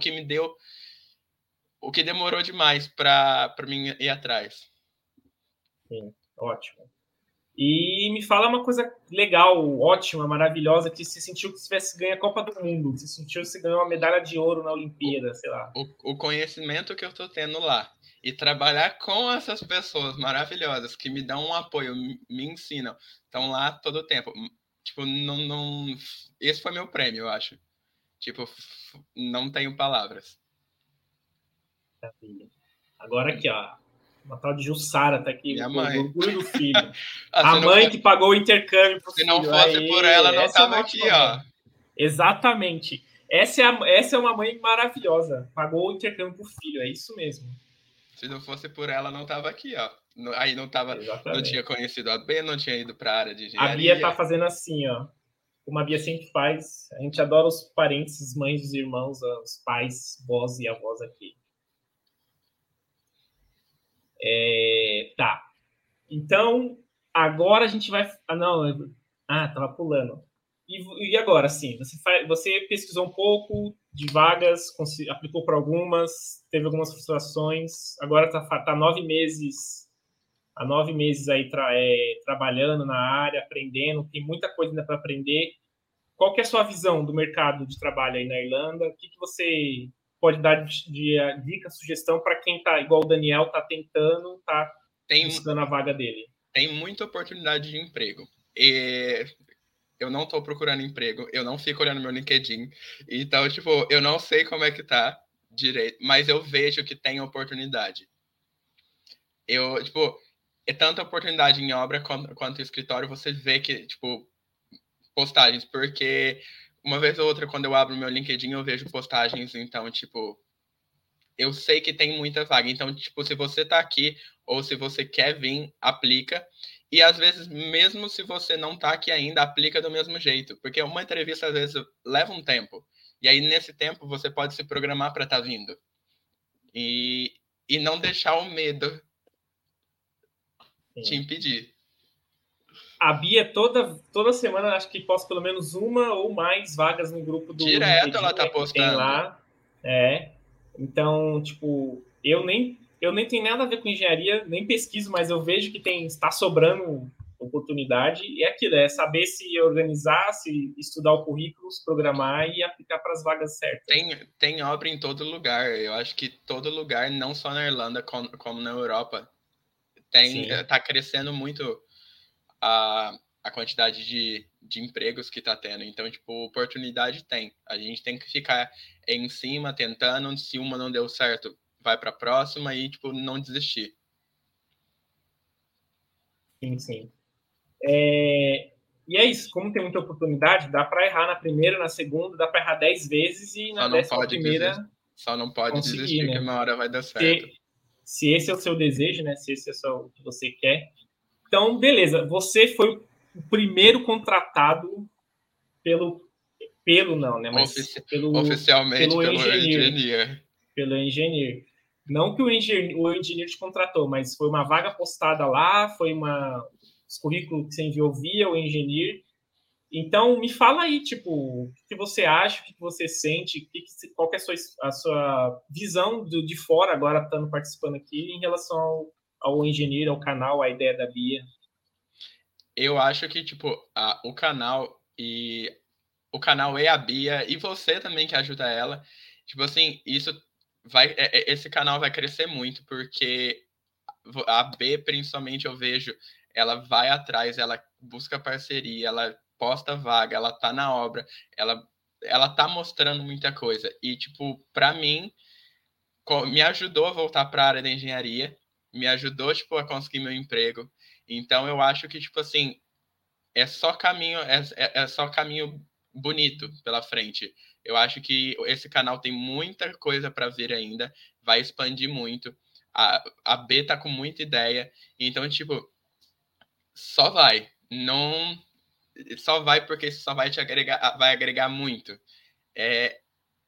o que demorou demais para mim ir atrás. Sim, ótimo. E me fala uma coisa legal, ótima, maravilhosa, que você sentiu que você tivesse ganho a Copa do Mundo, você sentiu que você ganhou uma medalha de ouro na Olimpíada, sei lá. O conhecimento que eu tô tendo lá e trabalhar com essas pessoas maravilhosas que me dão um apoio, me ensinam, estão lá todo o tempo. Tipo, não... Esse foi meu prêmio, eu acho. Tipo, não tenho palavras. Agora aqui, ó. Uma tal de Jussara tá aqui, Minha o mãe. orgulho do filho. A mãe que pagou o intercâmbio pro filho. Se não fosse por ela, não tava aqui, ó. Exatamente. Essa é uma mãe maravilhosa. Pagou o intercâmbio pro filho, é isso mesmo. Se não fosse por ela, não tava aqui, ó. Aí não tinha conhecido a B, não tinha ido para a área de engenharia. A Bia tá fazendo assim, ó. Como a Bia sempre faz. A gente adora os parentes, as mães, os irmãos, os pais, vós e avós aqui. Tá. Então, agora a gente vai... tava pulando. E agora, sim, você pesquisou um pouco de vagas, aplicou para algumas, teve algumas frustrações, agora tá 9 meses, há 9 meses aí trabalhando na área, aprendendo, tem muita coisa ainda para aprender. Qual que é a sua visão do mercado de trabalho aí na Irlanda? O que você pode dar de dica, sugestão para quem tá igual o Daniel, tá tentando, tá buscando a vaga dele? tem muita oportunidade de emprego. E eu não estou procurando emprego, eu não fico olhando meu LinkedIn. Então, tipo, eu não sei como é que tá direito, mas eu vejo que tem oportunidade. Eu, tipo, é tanta oportunidade em obra quanto em escritório, você vê que, tipo, postagens, porque uma vez ou outra, quando eu abro meu LinkedIn, eu vejo postagens, então, tipo, eu sei que tem muita vaga. Então, tipo, se você tá aqui ou se você quer vir, aplica. E às vezes, mesmo se você não tá aqui ainda, aplica do mesmo jeito, porque uma entrevista às vezes leva um tempo. E aí, nesse tempo, você pode se programar para estar vindo. E não deixar o medo te Sim. impedir. A Bia, toda semana, acho que posta pelo menos uma ou mais vagas no grupo do Direto LinkedIn, ela tá né, que tem postando. lá. Então, tipo, eu nem tenho nada a ver com engenharia, nem pesquiso, mas eu vejo que está sobrando oportunidade. E é aquilo, é saber se organizar, se estudar o currículo, se programar e aplicar para as vagas certas. Tem obra em todo lugar. Eu acho que todo lugar, não só na Irlanda, como na Europa, tá crescendo muito a quantidade de empregos que está tendo. Então, tipo, oportunidade tem. A gente tem que ficar em cima, tentando. Se uma não deu certo, vai para a próxima e, tipo, não desistir. Sim, sim. E é isso, como tem muita oportunidade, dá para errar na primeira, na segunda, dá para errar 10 vezes e na Só não 11ª pode desistir. primeira Só não pode conseguir, desistir, que né? uma hora vai dar certo. Se esse é o seu desejo, né? Se esse é o que você quer. Então, beleza. Você foi o primeiro contratado pelo não, né? Mas Oficialmente pelo pelo engineer. engineer. Pelo engineer. Não que o engineer te contratou, mas foi uma vaga postada lá, foi os currículos que você enviou via o engineer. Então, me fala aí, tipo, o que você acha, o que você sente, qual que é a sua visão de fora, agora estando participando aqui, em relação ao engenheiro, ao canal, à ideia da Bia. Eu acho que, tipo, o canal e a Bia, e você também que ajuda ela, tipo assim, esse canal vai crescer muito, porque a B, principalmente, eu vejo, ela vai atrás, ela busca parceria, ela posta vaga, ela tá na obra, ela tá mostrando muita coisa. E, tipo, pra mim, me ajudou a voltar para a área da engenharia, me ajudou, tipo, a conseguir meu emprego. Então, eu acho que, tipo assim, é só caminho bonito pela frente. Eu acho que esse canal tem muita coisa para vir ainda, vai expandir muito. A B tá com muita ideia, então, tipo, só vai. Não, só vai porque isso só vai agregar muito. É,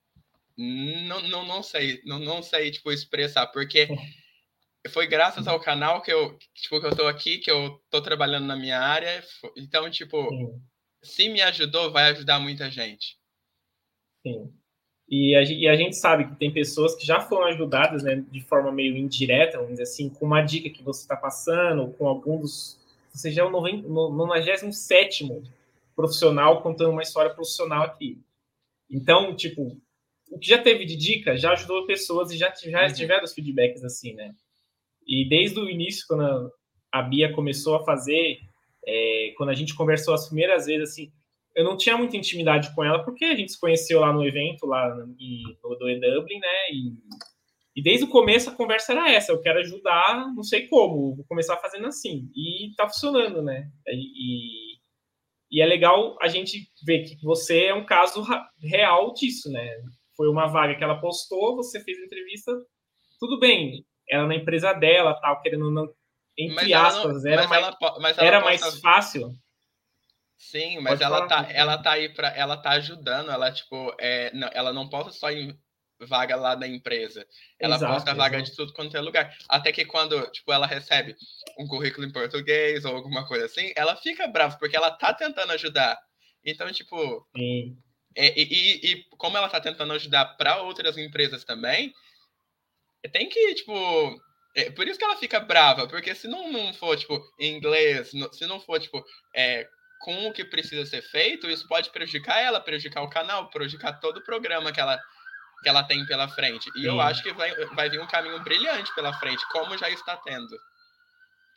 não sei, tipo, expressar, porque foi graças ao canal que eu tô aqui, que eu tô trabalhando na minha área. Então, tipo, Sim, se me ajudou, vai ajudar muita gente. sim. E a gente sabe que tem pessoas que já foram ajudadas, né, de forma meio indireta, vamos dizer assim, com uma dica que você está passando, com algum dos. Você já é o 97º profissional contando uma história profissional aqui. Então, tipo, o que já teve de dica já ajudou pessoas e já tiveram os feedbacks assim, né? E desde o início, quando a Bia começou a fazer, quando a gente conversou as primeiras vezes, assim, eu não tinha muita intimidade com ela, porque a gente se conheceu lá no evento, do Dublin, né? E desde o começo a conversa era essa: eu quero ajudar, não sei como, vou começar fazendo assim. E tá funcionando, né? E é legal a gente ver que você é um caso real disso, né? Foi uma vaga que ela postou, você fez a entrevista, tudo bem, era na empresa dela, tal, querendo não, Mas entre ela não, aspas, mas ela era mais posta. fácil. Sim, mas Pode falar, pode falar. ela tá aí para, ela tá ajudando, ela tipo, ela não posta só em vaga lá da empresa. Ela posta Exato, vaga de exato. tudo quanto é lugar. Até que quando, tipo, ela recebe um currículo em português ou alguma coisa assim, ela fica brava porque ela tá tentando ajudar. Então, tipo, Sim, e como ela tá tentando ajudar para outras empresas também, tem que, tipo, por isso que ela fica brava, porque se não for, tipo, em inglês, se não for, tipo, com o que precisa ser feito, isso pode prejudicar ela, prejudicar o canal, prejudicar todo o programa que ela tem pela frente. E eu sim. acho que vai vir um caminho brilhante pela frente, como já está tendo.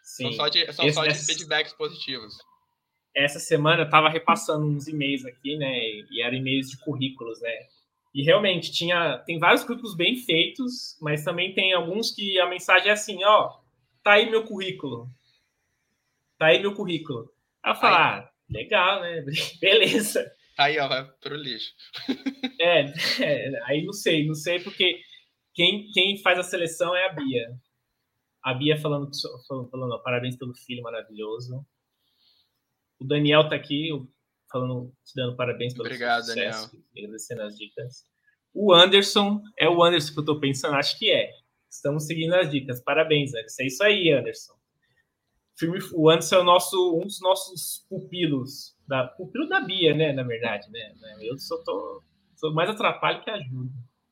Sim. São só de feedbacks positivos. Essa semana eu estava repassando uns e-mails aqui, né? E eram e-mails de currículos, né? E realmente tem vários currículos bem feitos, mas também tem alguns que a mensagem é assim, ó, tá aí meu currículo. Tá aí meu currículo. Aí eu falo, legal, né? Beleza. Tá aí, ó, vai pro lixo. Aí não sei porque quem faz a seleção é a Bia. A Bia falando ó, parabéns pelo filho maravilhoso. O Daniel tá aqui te dando parabéns pelo Obrigado, sucesso, Daniel. agradecendo as dicas. O Anderson que eu tô pensando, acho que é. Estamos seguindo as dicas. Parabéns, Anderson. É isso aí, Anderson. O Anderson é um dos nossos pupilos. Pupilo da Bia, né? Na verdade, né? Eu sou mais atrapalho que ajuda.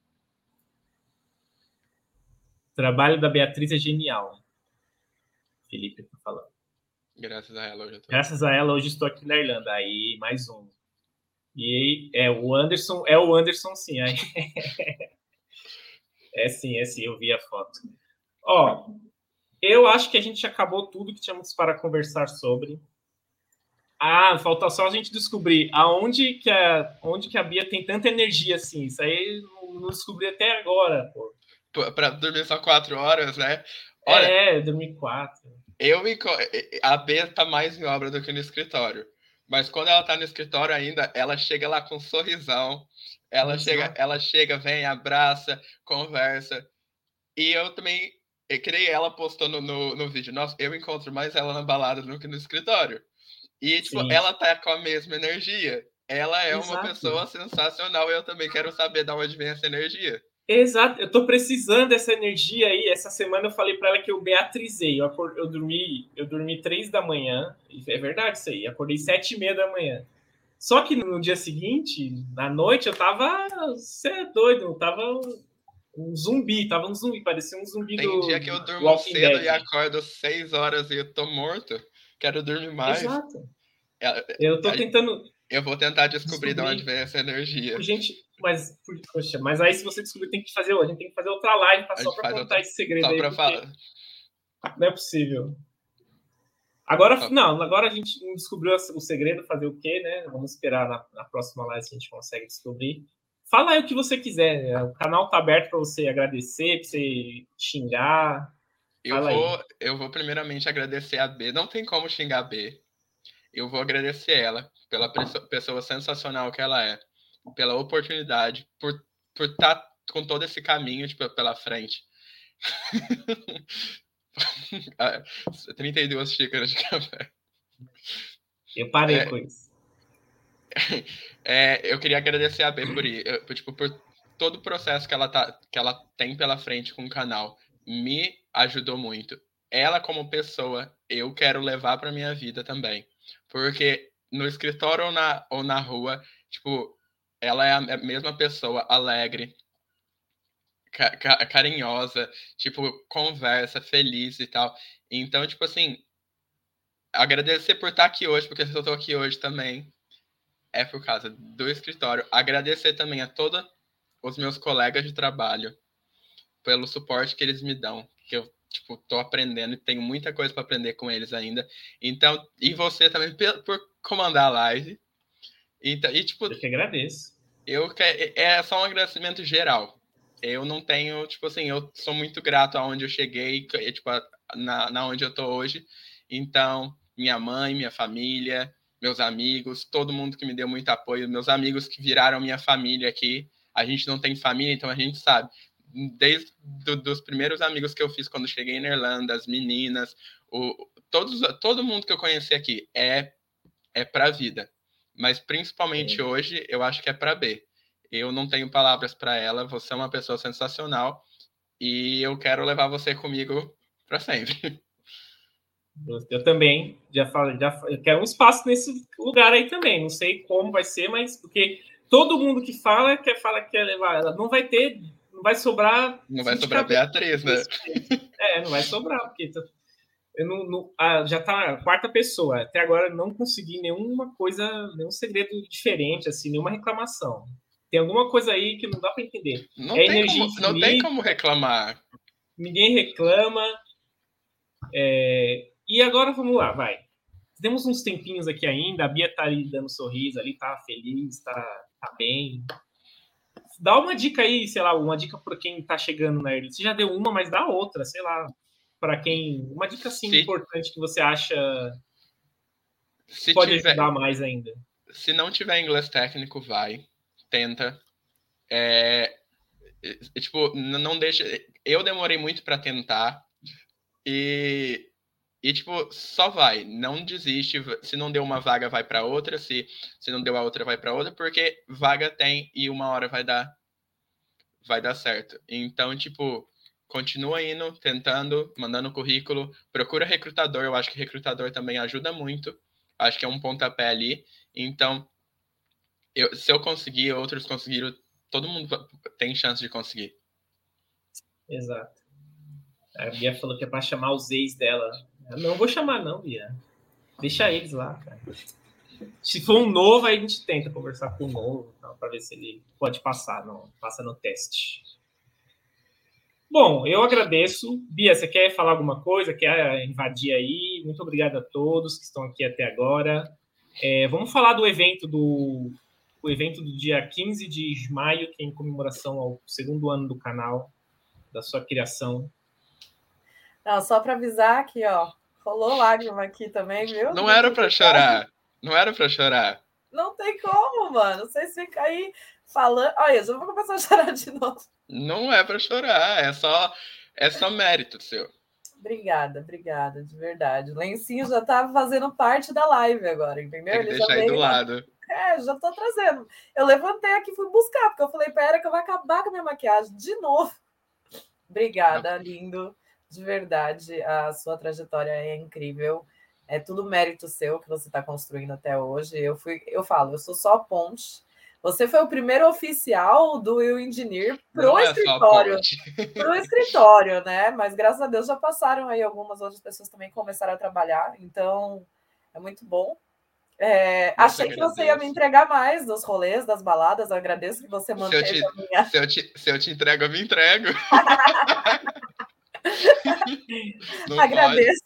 O trabalho da Beatriz é genial. Felipe tá falando. Graças a ela, hoje estou aqui na Irlanda. Aí, mais um. E o Anderson, sim. Aí. Sim, eu vi a foto. Ó, eu acho que a gente acabou tudo que tínhamos para conversar sobre. Falta só a gente descobrir onde que a Bia tem tanta energia assim. Isso aí não descobri até agora, pô. Para dormir só 4 horas, né? Olha, dormir 4. A B tá mais em obra do que no escritório. Mas quando ela tá no escritório ainda, ela chega lá com um sorrisão. Ela chega, vem, abraça, conversa. E eu também, ela postou no vídeo. Nossa, eu encontro mais ela na balada do que no escritório. E, tipo, ela tá com a mesma energia. Ela é uma pessoa sensacional. Eu também quero saber de onde vem essa energia. Exato, eu tô precisando dessa energia aí. Essa semana eu falei para ela que eu beatrizei. Eu dormi 3 da manhã. É verdade isso aí. Acordei 7h30 da manhã. Só que no dia seguinte, na noite, eu tava. Você é doido, eu tava um zumbi, parecia um zumbi Tem dia que eu durmo cedo e acordo 6 horas e eu tô morto. Quero dormir mais. Exato. Eu tô tentando. Eu vou tentar descobrir de onde vem essa energia. Mas aí se você descobrir, a gente tem que fazer outra live só para contar esse segredo aí. Falar. Não é possível. Agora a gente não descobriu o segredo, fazer o quê, né? Vamos esperar na próxima live se a gente consegue descobrir. Fala aí o que você quiser. O canal tá aberto para você agradecer, para você xingar. Eu vou primeiramente agradecer a B. Não tem como xingar a B. Eu vou agradecer ela pela pessoa sensacional que ela é, pela oportunidade, por estar com todo esse caminho pela frente. 32 xícaras de café. Eu parei com isso. Eu queria agradecer a B por todo o processo que ela tem pela frente com o canal. Me ajudou muito. Ela, como pessoa, eu quero levar para minha vida também. Porque no escritório ou na rua, tipo, ela é a mesma pessoa, alegre, carinhosa, tipo, conversa, feliz e tal. Então, tipo assim, agradecer por estar aqui hoje, porque se eu tô aqui hoje também é por causa do escritório. Agradecer também a todos os meus colegas de trabalho pelo suporte que eles me dão, que eu tipo, tô aprendendo e tenho muita coisa para aprender com eles ainda. Então, e você também por comandar a live. Então, tipo, eu que agradeço. É só um agradecimento geral. Eu não tenho, tipo assim, eu sou muito grato aonde eu cheguei, tipo, na onde eu tô hoje. Então, minha mãe, minha família, meus amigos, todo mundo que me deu muito apoio, meus amigos que viraram minha família aqui. A gente não tem família, então a gente sabe. Desde dos primeiros amigos que eu fiz quando cheguei na Irlanda, as meninas, todo mundo que eu conheci aqui é pra vida. Mas principalmente hoje, eu acho que é para B. Eu não tenho palavras para ela, você é uma pessoa sensacional e eu quero levar você comigo para sempre. Eu também eu quero um espaço nesse lugar aí também. Não sei como vai ser, mas porque todo mundo que fala quer levar ela, não vai sobrar. Não vai sobrar Beatriz, né? Não vai sobrar, porque já tá a 4ª pessoa. Até agora eu não consegui nenhum segredo diferente, assim, nenhuma reclamação. Tem alguma coisa aí que não dá para entender. Não tem como reclamar. Ninguém reclama. E agora vamos lá, vai. Temos uns tempinhos aqui ainda, a Bia tá ali dando sorriso ali, tá feliz, tá bem. Dá uma dica aí, sei lá, uma dica para quem tá chegando na Early. Você já deu uma, mas dá outra, sei lá, para quem... Uma dica, assim, importante que você acha pode ajudar mais ainda. Se não tiver inglês técnico, vai. Tenta. Tipo, não deixa... Eu demorei muito para tentar. E, tipo, só vai. Não desiste. Se não deu uma vaga, vai para outra. Se não deu a outra, vai para outra. Porque vaga tem e uma hora vai dar certo. Então, tipo, continua indo, tentando, mandando currículo. Procura recrutador. Eu acho que recrutador também ajuda muito. Acho que é um pontapé ali. Então, se eu conseguir, outros conseguiram, todo mundo tem chance de conseguir. Exato. A Bia falou que é para chamar os ex dela. Eu não vou chamar não, Bia. Deixa eles lá, cara. Se for um novo, aí a gente tenta conversar com o novo, para ver se ele pode passar, passa no teste. Bom, eu agradeço. Bia, você quer falar alguma coisa? Quer invadir aí? Muito obrigado a todos que estão aqui até agora. Vamos falar do evento do dia 15 de maio, que é em comemoração ao 2º ano do canal, da sua criação. Não, só para avisar aqui, ó. Rolou lágrima aqui também, viu? Não era para chorar. Não era para chorar. Não tem como, mano. Vocês ficam aí falando... Olha, eu já vou começar a chorar de novo. Não é para chorar. É só mérito seu. Obrigada, de verdade. O lencinho já tá fazendo parte da live agora, entendeu? Tem que deixar aí do lado. Já tô trazendo. Eu levantei aqui e fui buscar, porque eu falei, pera que eu vou acabar com a minha maquiagem de novo. Obrigada, lindo. De verdade, a sua trajetória é incrível. É tudo mérito seu que você está construindo até hoje. Eu sou só ponte. Você foi o primeiro oficial do Will Engineer pro escritório. Pro escritório, né? Mas graças a Deus já passaram aí algumas outras pessoas também começaram a trabalhar. Então, é muito bom. Achei que você ia me entregar mais dos rolês, das baladas. Eu agradeço que você manteve a minha... Se eu te entrego, eu me entrego. Agradeço.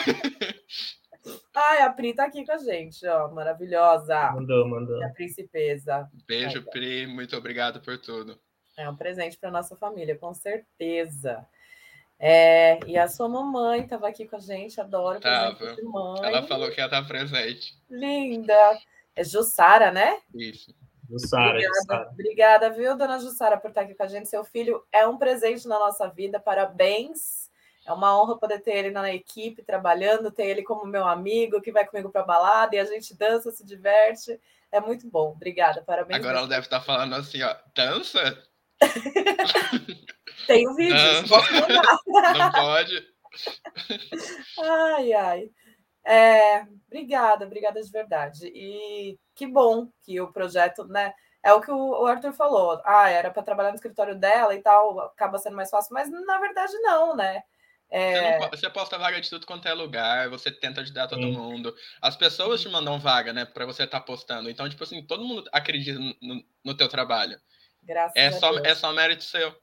Ai, a Pri tá aqui com a gente, ó, maravilhosa. Mandou. A princesa. Beijo, Pri, muito obrigado por tudo. É um presente para nossa família, com certeza. E a sua mamãe estava aqui com a gente, adoro presente de mãe. Ela falou que ia estar presente. Linda. É Jussara, né? Isso. Jussara. Obrigada, viu, dona Jussara, por estar aqui com a gente. Seu filho é um presente na nossa vida, parabéns. É uma honra poder ter ele na equipe, trabalhando, ter ele como meu amigo, que vai comigo para a balada, e a gente dança, se diverte. É muito bom. Obrigada, parabéns. Agora ela deve estar falando assim, ó, dança? Tem um vídeo, não pode. Ai. Obrigada de verdade. E que bom que o projeto, né? É o que o Arthur falou. Era para trabalhar no escritório dela e tal, acaba sendo mais fácil, mas na verdade não, né? Você posta vaga de tudo quanto é lugar, você tenta ajudar todo mundo. As pessoas te mandam vaga, né, para você estar postando. Então, tipo assim, todo mundo acredita no teu trabalho. Graças a Deus. É só mérito seu.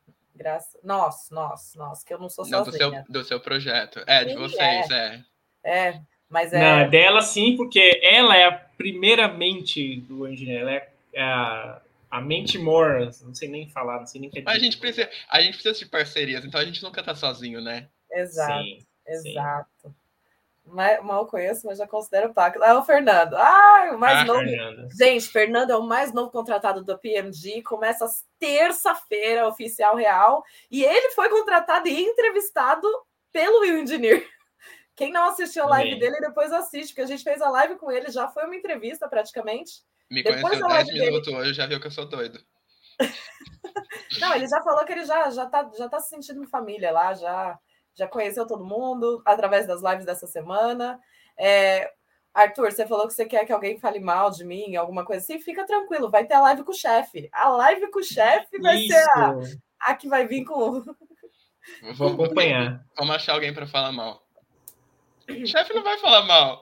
Nossa, que eu não sou sozinha. Do seu projeto. De vocês, mas Não, é dela sim, porque ela é a primeira mente do engenheiro. Ela é a mente more, não sei nem falar, não sei nem o que é. Mas a gente precisa de parcerias, então a gente nunca tá sozinho, né? Exato, exato. Mal conheço, mas já considero Paco. O Fernando. O mais novo. Fernando. Gente, Fernando é o mais novo contratado do PMG, começa terça-feira, oficial real, e ele foi contratado e entrevistado pelo Will Engineer. Quem não assistiu a live dele, depois assiste, porque a gente fez a live com ele, já foi uma entrevista praticamente. Me conheceu 10 minutos hoje, já viu que eu sou doido. Não, ele já falou que ele já tá se sentindo família lá, já conheceu todo mundo através das lives dessa semana. Arthur, você falou que você quer que alguém fale mal de mim, alguma coisa assim, fica tranquilo, vai ter a live com o chefe. A live com o chefe vai ser a que vai vir com... Vou acompanhar. Vamos achar alguém para falar mal. O chefe não vai falar mal.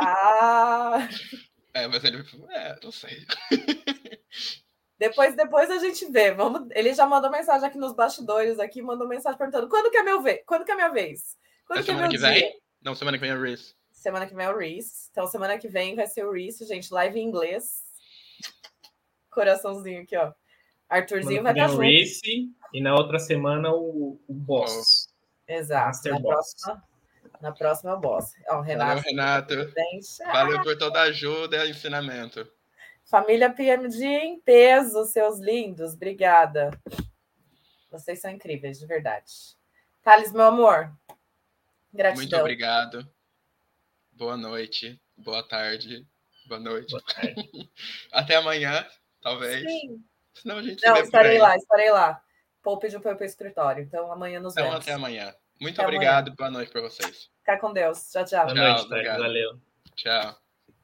Mas ele... não sei. Depois a gente vê. Ele já mandou mensagem aqui nos bastidores, mandou mensagem perguntando quando que é minha vez? Quando que é meu dia? Não, semana que vem é o Reese. Semana que vem é o Reese. Então, semana que vem vai ser o Reese, gente. Live em inglês. Coraçãozinho aqui, ó. Arthurzinho vai estar junto. Reese, e na outra semana o Boss. Exato. Na próxima é o Boss. Ó, o Renato. Valeu, Renato. Valeu por toda a ajuda e ensinamento. Família PMD em peso, seus lindos. Obrigada. Vocês são incríveis, de verdade. Thales, meu amor. Gratidão. Muito obrigado. Boa noite. Boa tarde. Boa noite. Boa tarde. Até amanhã, talvez. Sim. Senão a gente Não, se vê por aí. estarei lá. Paul pediu para eu ir para o escritório. Então, amanhã nos vemos. Então, até amanhã. Muito Até obrigado. amanhã. Boa noite para vocês. Fica com Deus. Tchau, tchau. Boa noite, obrigado. Valeu. Tchau.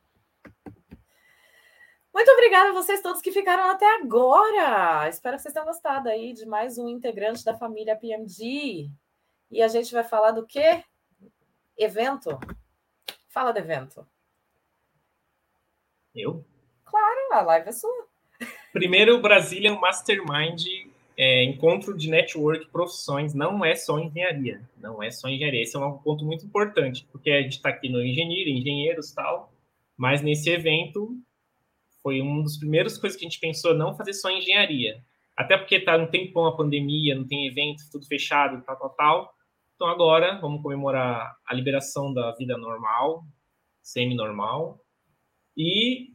Muito obrigada a vocês todos que ficaram até agora. Espero que vocês tenham gostado aí de mais um integrante da família PMG. E a gente vai falar do quê? Evento? Fala do evento. Eu? Claro, a live é sua. Primeiro, Brazilian Mastermind, encontro de network profissões, não é só engenharia. Não é só engenharia. Esse é um ponto muito importante, porque a gente está aqui no engenheiros e tal, mas nesse evento foi uma das primeiras coisas que a gente pensou, não fazer só engenharia. Até porque tá um tempão a pandemia, não tem evento, tudo fechado, tal. Então agora vamos comemorar a liberação da vida normal, semi-normal, e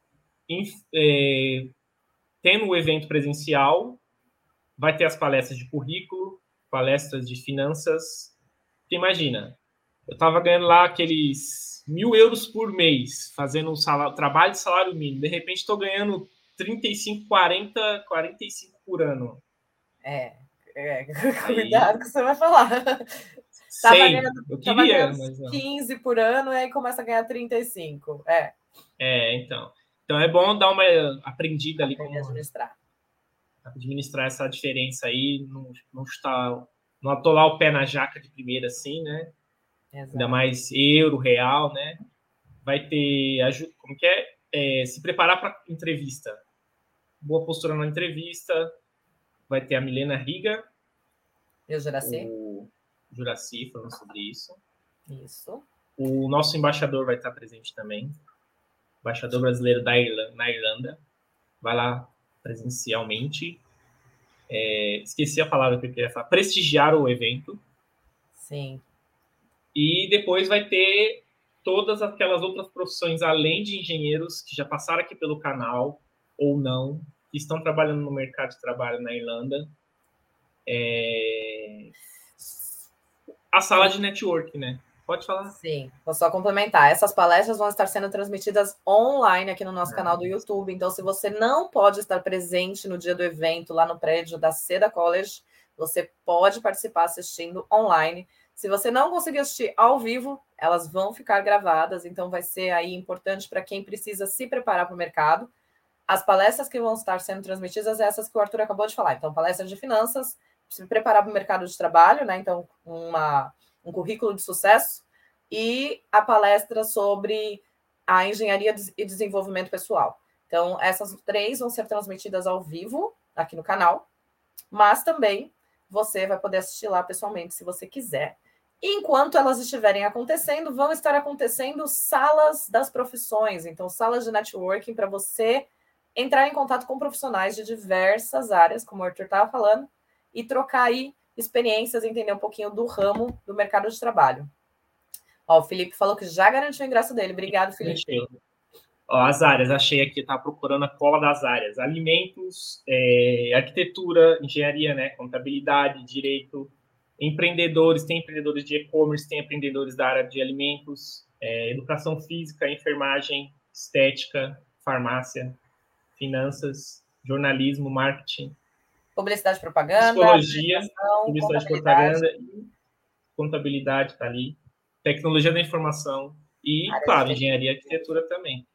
tendo o evento presencial, vai ter as palestras de currículo, palestras de finanças. Porque imagina, eu estava ganhando lá aqueles 1.000 euros por mês, fazendo um trabalho de salário mínimo. De repente, estou ganhando 35, 40, 45 por ano. Cuidado que você vai falar. Eu queria, mas não. 15 por ano e aí começa a ganhar 35. Então é bom dar uma aprendida ali como administrar essa diferença aí, não atolar o pé na jaca de primeira assim, né? Exato. Ainda mais euro, real, né? Vai ter como que se preparar para entrevista. Boa postura na entrevista. Vai ter a Milena Riga. E o Juraci? O Juraci falando sobre isso. Isso. O nosso embaixador vai estar presente também. Embaixador brasileiro na Irlanda. Vai lá presencialmente. Esqueci a palavra que eu queria falar. Prestigiar o evento. Sim. E depois vai ter todas aquelas outras profissões, além de engenheiros, que já passaram aqui pelo canal, ou não, que estão trabalhando no mercado de trabalho na Irlanda. A sala de network, né? Pode falar? Sim, vou só complementar. Essas palestras vão estar sendo transmitidas online aqui no nosso canal do YouTube. Então, se você não pode estar presente no dia do evento lá no prédio da Seda College, você pode participar assistindo online. Se você não conseguir assistir ao vivo, elas vão ficar gravadas. Então, vai ser aí importante para quem precisa se preparar para o mercado. As palestras que vão estar sendo transmitidas são essas que o Arthur acabou de falar. Então, palestra de finanças, se preparar para o mercado de trabalho, né? Então, um currículo de sucesso e a palestra sobre a engenharia e desenvolvimento pessoal. Então, essas 3 vão ser transmitidas ao vivo aqui no canal, mas também você vai poder assistir lá pessoalmente, se você quiser. Enquanto elas estiverem acontecendo, vão estar acontecendo salas das profissões, então salas de networking para você entrar em contato com profissionais de diversas áreas, como o Arthur estava falando, e trocar aí experiências, entender um pouquinho do ramo do mercado de trabalho. Ó, o Felipe falou que já garantiu o ingresso dele. Obrigado, Felipe. Ó, as áreas, achei aqui, tá procurando a cola das áreas. Alimentos, arquitetura, engenharia, né? Contabilidade, direito, empreendedores, tem empreendedores de e-commerce, tem empreendedores da área de alimentos, educação física, enfermagem, estética, farmácia, finanças, jornalismo, marketing, publicidade e propaganda, psicologia, publicidade e propaganda e contabilidade tá ali, tecnologia da informação e, claro, engenharia e arquitetura também.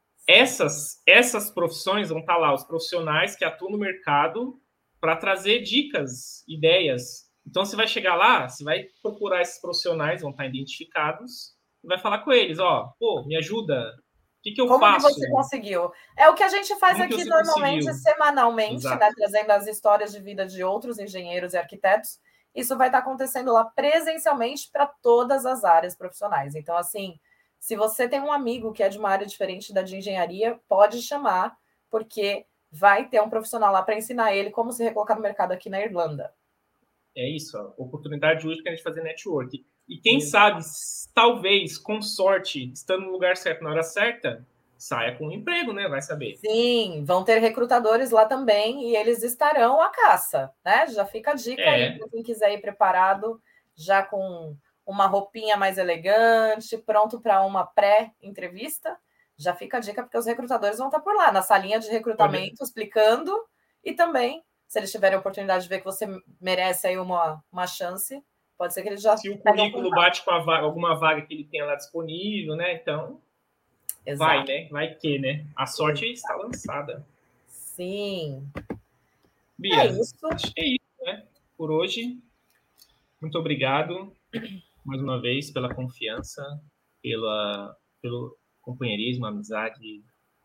Essas profissões vão estar lá, os profissionais que atuam no mercado para trazer dicas, ideias. Então, você vai chegar lá, você vai procurar esses profissionais, vão estar identificados, e vai falar com eles, me ajuda. O que eu faço? Como que você conseguiu? É o que a gente faz aqui normalmente, semanalmente, né, trazendo as histórias de vida de outros engenheiros e arquitetos. isso vai estar acontecendo lá presencialmente para todas as áreas profissionais. Então, assim, se você tem um amigo que é de uma área diferente da de engenharia, pode chamar, porque vai ter um profissional lá para ensinar ele como se recolocar no mercado aqui na Irlanda. É isso, ó, oportunidade única de fazer network. E quem sabe, talvez, com sorte, estando no lugar certo na hora certa, saia com um emprego, né? Vai saber. Sim, vão ter recrutadores lá também e eles estarão à caça, né? Já fica a dica aí para quem quiser ir preparado, já com uma roupinha mais elegante, pronto para uma pré-entrevista. Já fica a dica, porque os recrutadores vão estar por lá, na salinha de recrutamento, explicando, e também, se eles tiverem a oportunidade de ver que você merece aí uma chance, pode ser que eles já... Se o currículo bate com alguma vaga que ele tenha lá disponível, né? Então, exato. Vai, né? Vai que, né? A sorte está lançada. Sim. Bia, é isso, né? Por hoje, muito obrigado mais uma vez pela confiança, pelo companheirismo, amizade.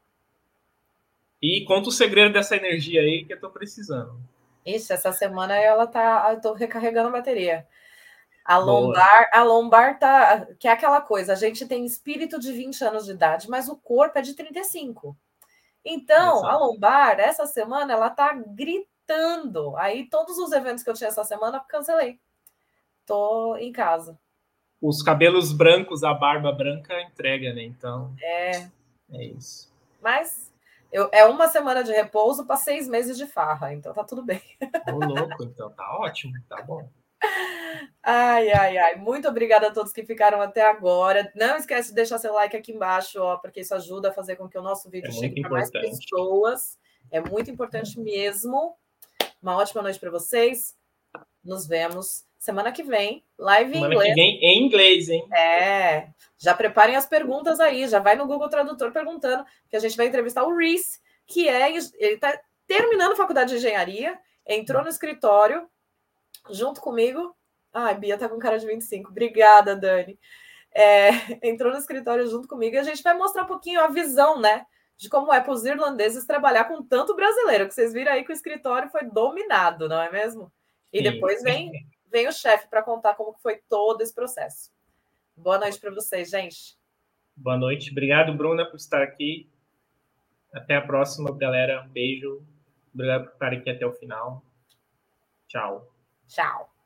E conta o segredo dessa energia aí que eu tô precisando. Ixi, essa semana eu tô recarregando a bateria. A lombar tá, que é aquela coisa, a gente tem espírito de 20 anos de idade, mas o corpo é de 35. Então, exato. A lombar, essa semana, ela tá gritando. Aí, todos os eventos que eu tinha essa semana, cancelei. Tô em casa. Os cabelos brancos, a barba branca entrega, né? Então, é isso. Mas é uma semana de repouso para 6 meses de farra, então tá tudo bem. Ô, louco, então tá ótimo, tá bom. Ai. Muito obrigada a todos que ficaram até agora. Não esquece de deixar seu like aqui embaixo, ó, porque isso ajuda a fazer com que o nosso vídeo chegue para mais pessoas. É muito importante mesmo. Uma ótima noite para vocês. Nos vemos semana que vem, live em inglês. Semana que vem em inglês, hein? Já preparem as perguntas aí, já vai no Google Tradutor perguntando, que a gente vai entrevistar o Reese, que ele está terminando a faculdade de engenharia, entrou no escritório junto comigo. Ai, Bia tá com cara de 25. Obrigada, Dani. Entrou no escritório junto comigo e a gente vai mostrar um pouquinho a visão, né? De como é para os irlandeses trabalhar com tanto brasileiro, que vocês viram aí que o escritório foi dominado, não é mesmo? E sim, depois vem o chefe para contar como foi todo esse processo. Boa noite para vocês, gente. Boa noite. Obrigado, Bruna, por estar aqui. Até a próxima, galera. Um beijo. Obrigado por estar aqui até o final. Tchau. Tchau.